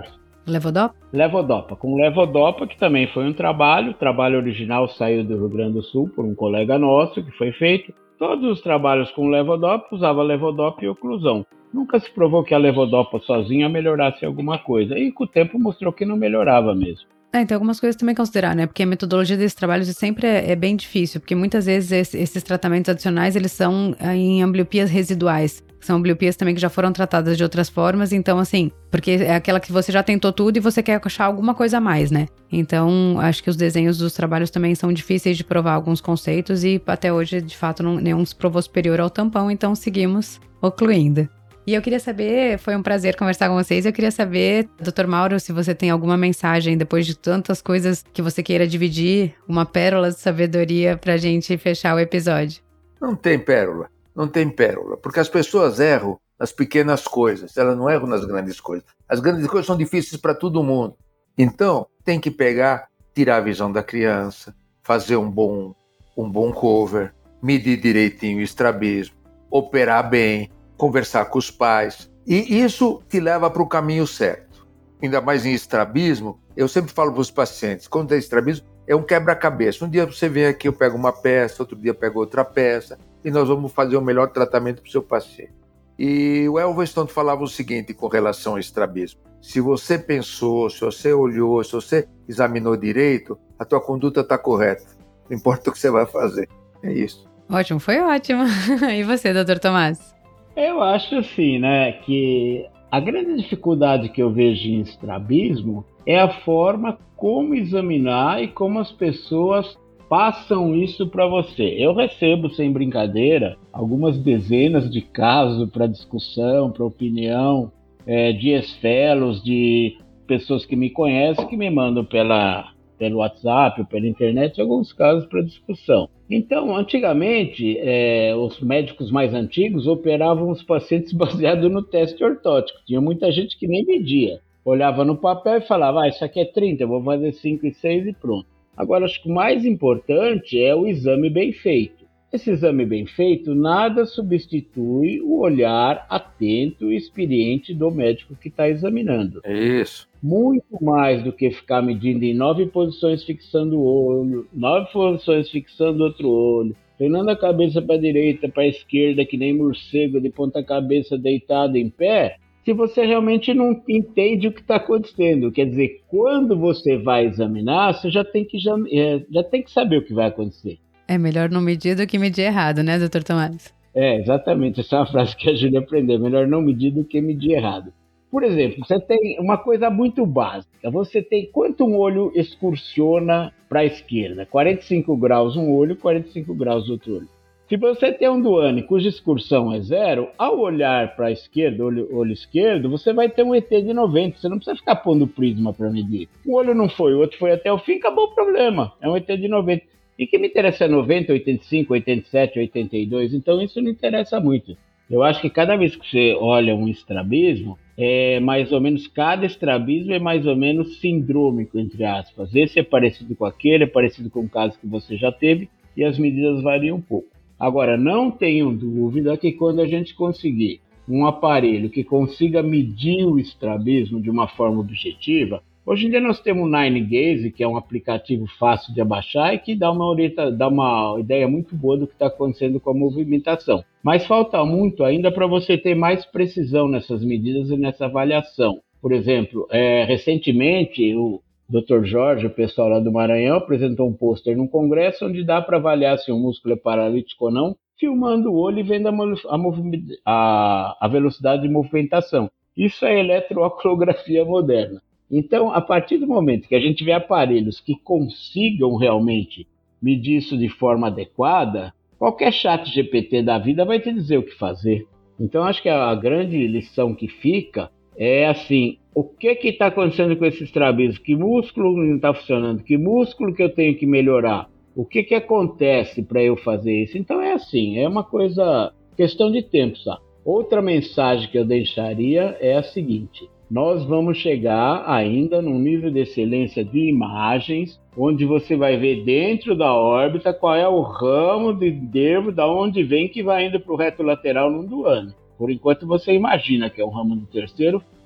Levodopa? Levodopa. Com levodopa, que também foi um trabalho. O trabalho original saiu do Rio Grande do Sul por um colega nosso, que foi feito. Todos os trabalhos com levodopa usava levodopa e oclusão. Nunca se provou que a levodopa sozinha melhorasse alguma coisa. E com o tempo mostrou que não melhorava mesmo. Tem algumas coisas também a considerar, né? Porque a metodologia desses trabalhos sempre é bem difícil, porque muitas vezes esses tratamentos adicionais, eles são em ambliopias residuais. São ambliopias também que já foram tratadas de outras formas, então assim, porque é aquela que você já tentou tudo e você quer achar alguma coisa a mais, né? Então, acho que os desenhos dos trabalhos também são difíceis de provar alguns conceitos e até hoje, de fato, nenhum se provou superior ao tampão, então seguimos ocluindo. E eu queria saber, foi um prazer conversar com vocês, eu queria saber, Dr. Mauro, se você tem alguma mensagem, depois de tantas coisas que você queira dividir, uma pérola de sabedoria pra gente fechar o episódio. Não tem pérola, porque as pessoas erram nas pequenas coisas, elas não erram nas grandes coisas. As grandes coisas são difíceis para todo mundo. Então, tem que pegar, tirar a visão da criança, fazer um bom cover, medir direitinho o estrabismo, operar bem, conversar com os pais, e isso te leva para o caminho certo. Ainda mais em estrabismo, eu sempre falo para os pacientes, quando é estrabismo, é um quebra-cabeça. Um dia você vem aqui, eu pego uma peça, outro dia eu pego outra peça, e nós vamos fazer o melhor tratamento para o seu paciente. E o Elveston falava o seguinte com relação ao estrabismo: se você pensou, se você olhou, se você examinou direito, a tua conduta está correta. Não importa o que você vai fazer. É isso. Ótimo, foi ótimo. E você, Dr. Tomás? Eu acho assim, né, que a grande dificuldade que eu vejo em estrabismo é a forma como examinar e como as pessoas passam isso para você. Eu recebo, sem brincadeira, algumas dezenas de casos para discussão, para opinião, de ex-fellows, de pessoas que me conhecem, que me mandam pelo WhatsApp ou pela internet, alguns casos para discussão. Então, antigamente, os médicos mais antigos operavam os pacientes baseados no teste ortótico. Tinha muita gente que nem media. Olhava no papel e falava, isso aqui é 30, eu vou fazer 5 e 6 e pronto. Agora, acho que o mais importante é o exame bem feito. Esse exame bem feito nada substitui o olhar atento e experiente do médico que está examinando. É isso. Muito mais do que ficar medindo em 9 posições fixando o olho, 9 posições fixando outro olho, treinando a cabeça para a direita, para a esquerda, que nem morcego, de ponta cabeça deitado em pé, se você realmente não entende o que está acontecendo. Quer dizer, quando você vai examinar, você já tem que saber o que vai acontecer. É melhor não medir do que medir errado, né, Dr. Tomás? Exatamente. Essa é uma frase que a Júlia aprendeu. Melhor não medir do que medir errado. Por exemplo, você tem uma coisa muito básica. Você tem quanto um olho excursiona para a esquerda? 45 graus um olho, 45 graus outro olho. Se você tem um duane cuja excursão é 0, ao olhar para a esquerda, olho esquerdo, você vai ter um ET de 90. Você não precisa ficar pondo prisma para medir. Um olho não foi, o outro foi até o fim, acabou o problema. É um ET de 90. E que me interessa é 90, 85, 87, 82. Então isso não interessa muito. Eu acho que cada vez que você olha um estrabismo, cada estrabismo é mais ou menos sindrômico, entre aspas. Esse é parecido com aquele, é parecido com o caso que você já teve, e as medidas variam um pouco. Agora, não tenham dúvida que quando a gente conseguir um aparelho que consiga medir o estrabismo de uma forma objetiva, hoje em dia nós temos o Nine Gaze, que é um aplicativo fácil de abaixar e que dá uma ideia muito boa do que está acontecendo com a movimentação. Mas falta muito ainda para você ter mais precisão nessas medidas e nessa avaliação. Por exemplo, recentemente o Dr. Jorge, o pessoal lá do Maranhão, apresentou um pôster num congresso onde dá para avaliar se um músculo é paralítico ou não, filmando o olho e vendo a velocidade de movimentação. Isso é eletrooculografia moderna. Então, a partir do momento que a gente vê aparelhos que consigam realmente medir isso de forma adequada, qualquer chat GPT da vida vai te dizer o que fazer. Então, acho que a grande lição que fica é assim, o que está acontecendo com esse estrabismo? Que músculo não está funcionando? Que músculo que eu tenho que melhorar? O que acontece para eu fazer isso? Então é assim, é uma questão de tempo, sabe? Outra mensagem que eu deixaria é a seguinte: nós vamos chegar ainda num nível de excelência de imagens, onde você vai ver dentro da órbita qual é o ramo de nervo, da onde vem, que vai indo para o reto lateral num duane. Por enquanto você imagina que é um ramo do terceiro,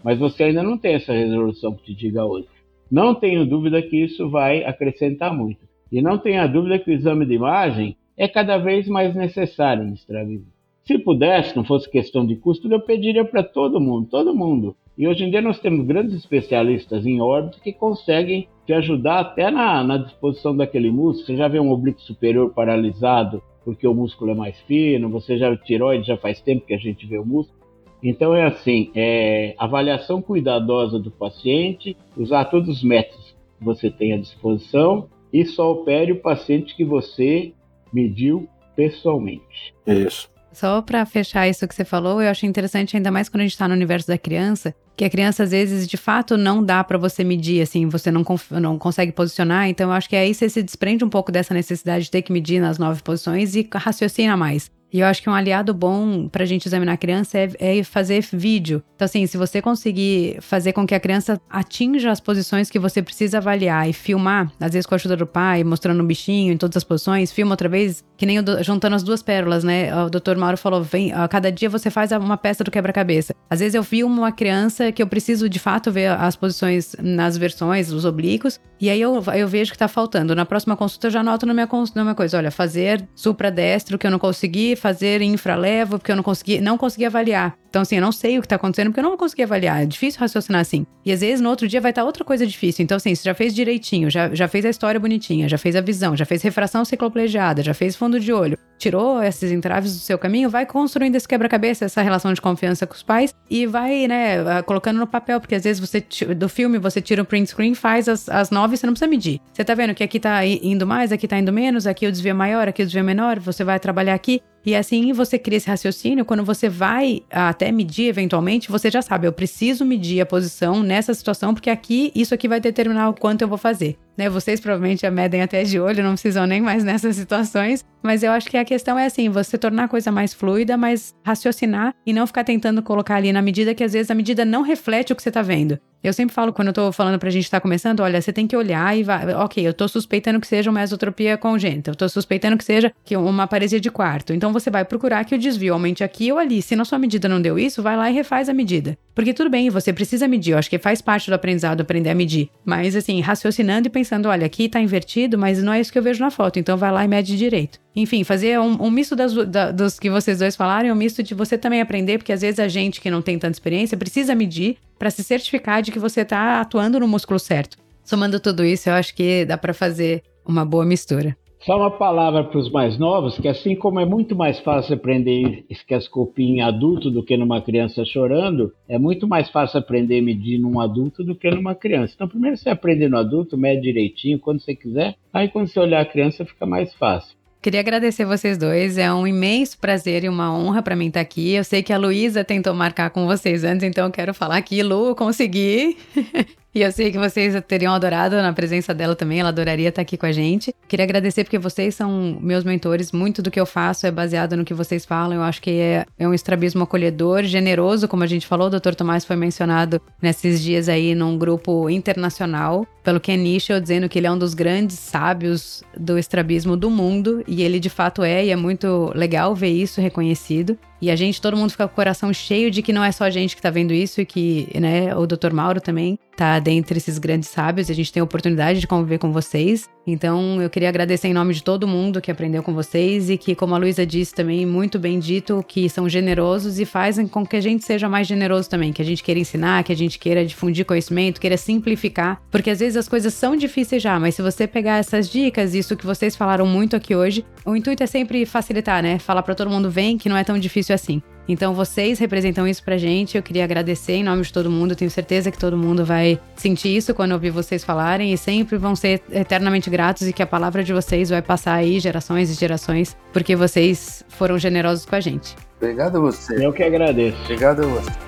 mas você ainda não tem essa resolução que te diga hoje. Não tenho dúvida que isso vai acrescentar muito. E não tenha dúvida que o exame de imagem é cada vez mais necessário no estrabismo. Se pudesse, não fosse questão de custo, eu pediria para todo mundo. E hoje em dia nós temos grandes especialistas em órbita que conseguem te ajudar até na disposição daquele músculo. Você já vê um oblíquo superior paralisado porque o músculo é mais fino, você já o tireoide, já faz tempo que a gente vê o músculo. Então é assim, avaliação cuidadosa do paciente, usar todos os métodos que você tem à disposição e só opere o paciente que você mediu pessoalmente. Isso. Só para fechar isso que você falou, eu acho interessante, ainda mais quando a gente está no universo da criança, que a criança, às vezes, de fato, não dá para você medir, assim, você não consegue posicionar, então eu acho que aí você se desprende um pouco dessa necessidade de ter que medir nas 9 posições e raciocina mais. E eu acho que um aliado bom pra gente examinar a criança é fazer vídeo. Então, assim, se você conseguir fazer com que a criança atinja as posições que você precisa avaliar e filmar, às vezes com a ajuda do pai, mostrando um bichinho em todas as posições, filma outra vez, que nem juntando as duas pérolas, né? O Dr. Mauro falou, a cada dia você faz uma peça do quebra-cabeça. Às vezes eu filmo uma criança que eu preciso, de fato, ver as posições nas versões, os oblíquos, e aí eu vejo que tá faltando. Na próxima consulta eu já anoto na minha coisa, olha, fazer supra-destro que eu não consegui, fazer infralevo porque eu não consegui avaliar. Então, assim, eu não sei o que tá acontecendo porque eu não consegui avaliar. É difícil raciocinar assim. E às vezes no outro dia vai estar outra coisa difícil. Então, assim, você já fez direitinho, já fez a história bonitinha, já fez a visão, já fez refração cicloplegiada, já fez fundo de olho, tirou esses entraves do seu caminho, vai construindo esse quebra-cabeça, essa relação de confiança com os pais e vai, né, colocando no papel, porque às vezes do filme você tira o print screen, faz as 9 e você não precisa medir. Você tá vendo que aqui tá indo mais, aqui tá indo menos, aqui o desvio é maior, aqui o desvio é menor, você vai trabalhar aqui. E assim você cria esse raciocínio, quando você vai até medir eventualmente, você já sabe, eu preciso medir a posição nessa situação, porque isso aqui vai determinar o quanto eu vou fazer. Né? Vocês provavelmente já medem até de olho, não precisam nem mais nessas situações, mas eu acho que a questão é assim, você tornar a coisa mais fluida, mas raciocinar e não ficar tentando colocar ali na medida que às vezes a medida não reflete o que você tá vendo. Eu sempre falo, quando eu tô falando pra gente estar começando, olha, você tem que olhar e vai, ok, eu tô suspeitando que seja uma mesotropia congênita, eu tô suspeitando que seja uma paresia de quarto, então você vai procurar que o desvio aumente aqui ou ali. Se na sua medida não deu isso, vai lá e refaz a medida. Porque tudo bem, você precisa medir, eu acho que faz parte do aprendizado aprender a medir, mas assim, raciocinando e pensando, olha, aqui tá invertido, mas não é isso que eu vejo na foto, então vai lá e mede direito. Enfim, fazer um misto dos que vocês dois falaram, um misto de você também aprender, porque às vezes a gente que não tem tanta experiência precisa medir para se certificar de que você tá atuando no músculo certo. Somando tudo isso, eu acho que dá para fazer uma boa mistura. Só uma palavra para os mais novos, que assim como é muito mais fácil aprender esquiascopia em adulto do que numa criança chorando, é muito mais fácil aprender a medir num adulto do que numa criança. Então primeiro você aprende no adulto, mede direitinho, quando você quiser, aí quando você olhar a criança fica mais fácil. Queria agradecer vocês dois, é um imenso prazer e uma honra para mim estar aqui. Eu sei que a Luísa tentou marcar com vocês antes, então eu quero falar aqui, Lu, consegui. E eu sei que vocês teriam adorado na presença dela também, ela adoraria estar aqui com a gente. Queria agradecer porque vocês são meus mentores, muito do que eu faço é baseado no que vocês falam, eu acho que é um estrabismo acolhedor, generoso, como a gente falou, o Dr. Tomás foi mencionado nesses dias aí num grupo internacional, pelo Ken Nischel, dizendo que ele é um dos grandes sábios do estrabismo do mundo, e ele de fato e é muito legal ver isso reconhecido. E a gente, todo mundo fica com o coração cheio de que não é só a gente que tá vendo isso e que, né, o Dr. Mauro também tá dentre esses grandes sábios e a gente tem a oportunidade de conviver com vocês. Então, eu queria agradecer em nome de todo mundo que aprendeu com vocês e que, como a Luísa disse também, muito bem dito, que são generosos e fazem com que a gente seja mais generoso também, que a gente queira ensinar, que a gente queira difundir conhecimento, queira simplificar, porque às vezes as coisas são difíceis já, mas se você pegar essas dicas, isso que vocês falaram muito aqui hoje, o intuito é sempre facilitar, né? Falar pra todo mundo, vem, que não é tão difícil assim. Então vocês representam isso pra gente, eu queria agradecer em nome de todo mundo, eu tenho certeza que todo mundo vai sentir isso quando ouvir vocês falarem e sempre vão ser eternamente gratos e que a palavra de vocês vai passar aí gerações e gerações, porque vocês foram generosos com a gente. Obrigado a você. Eu que agradeço. Obrigado a você.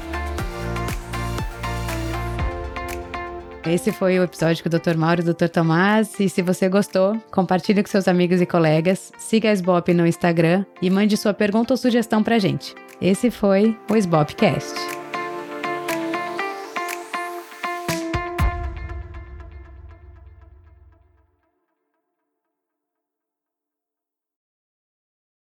Esse foi o episódio com o Dr. Mauro e o Dr. Tomás. E se você gostou, compartilhe com seus amigos e colegas, siga a SBOP no Instagram e mande sua pergunta ou sugestão pra gente. Esse foi o SBOPcast.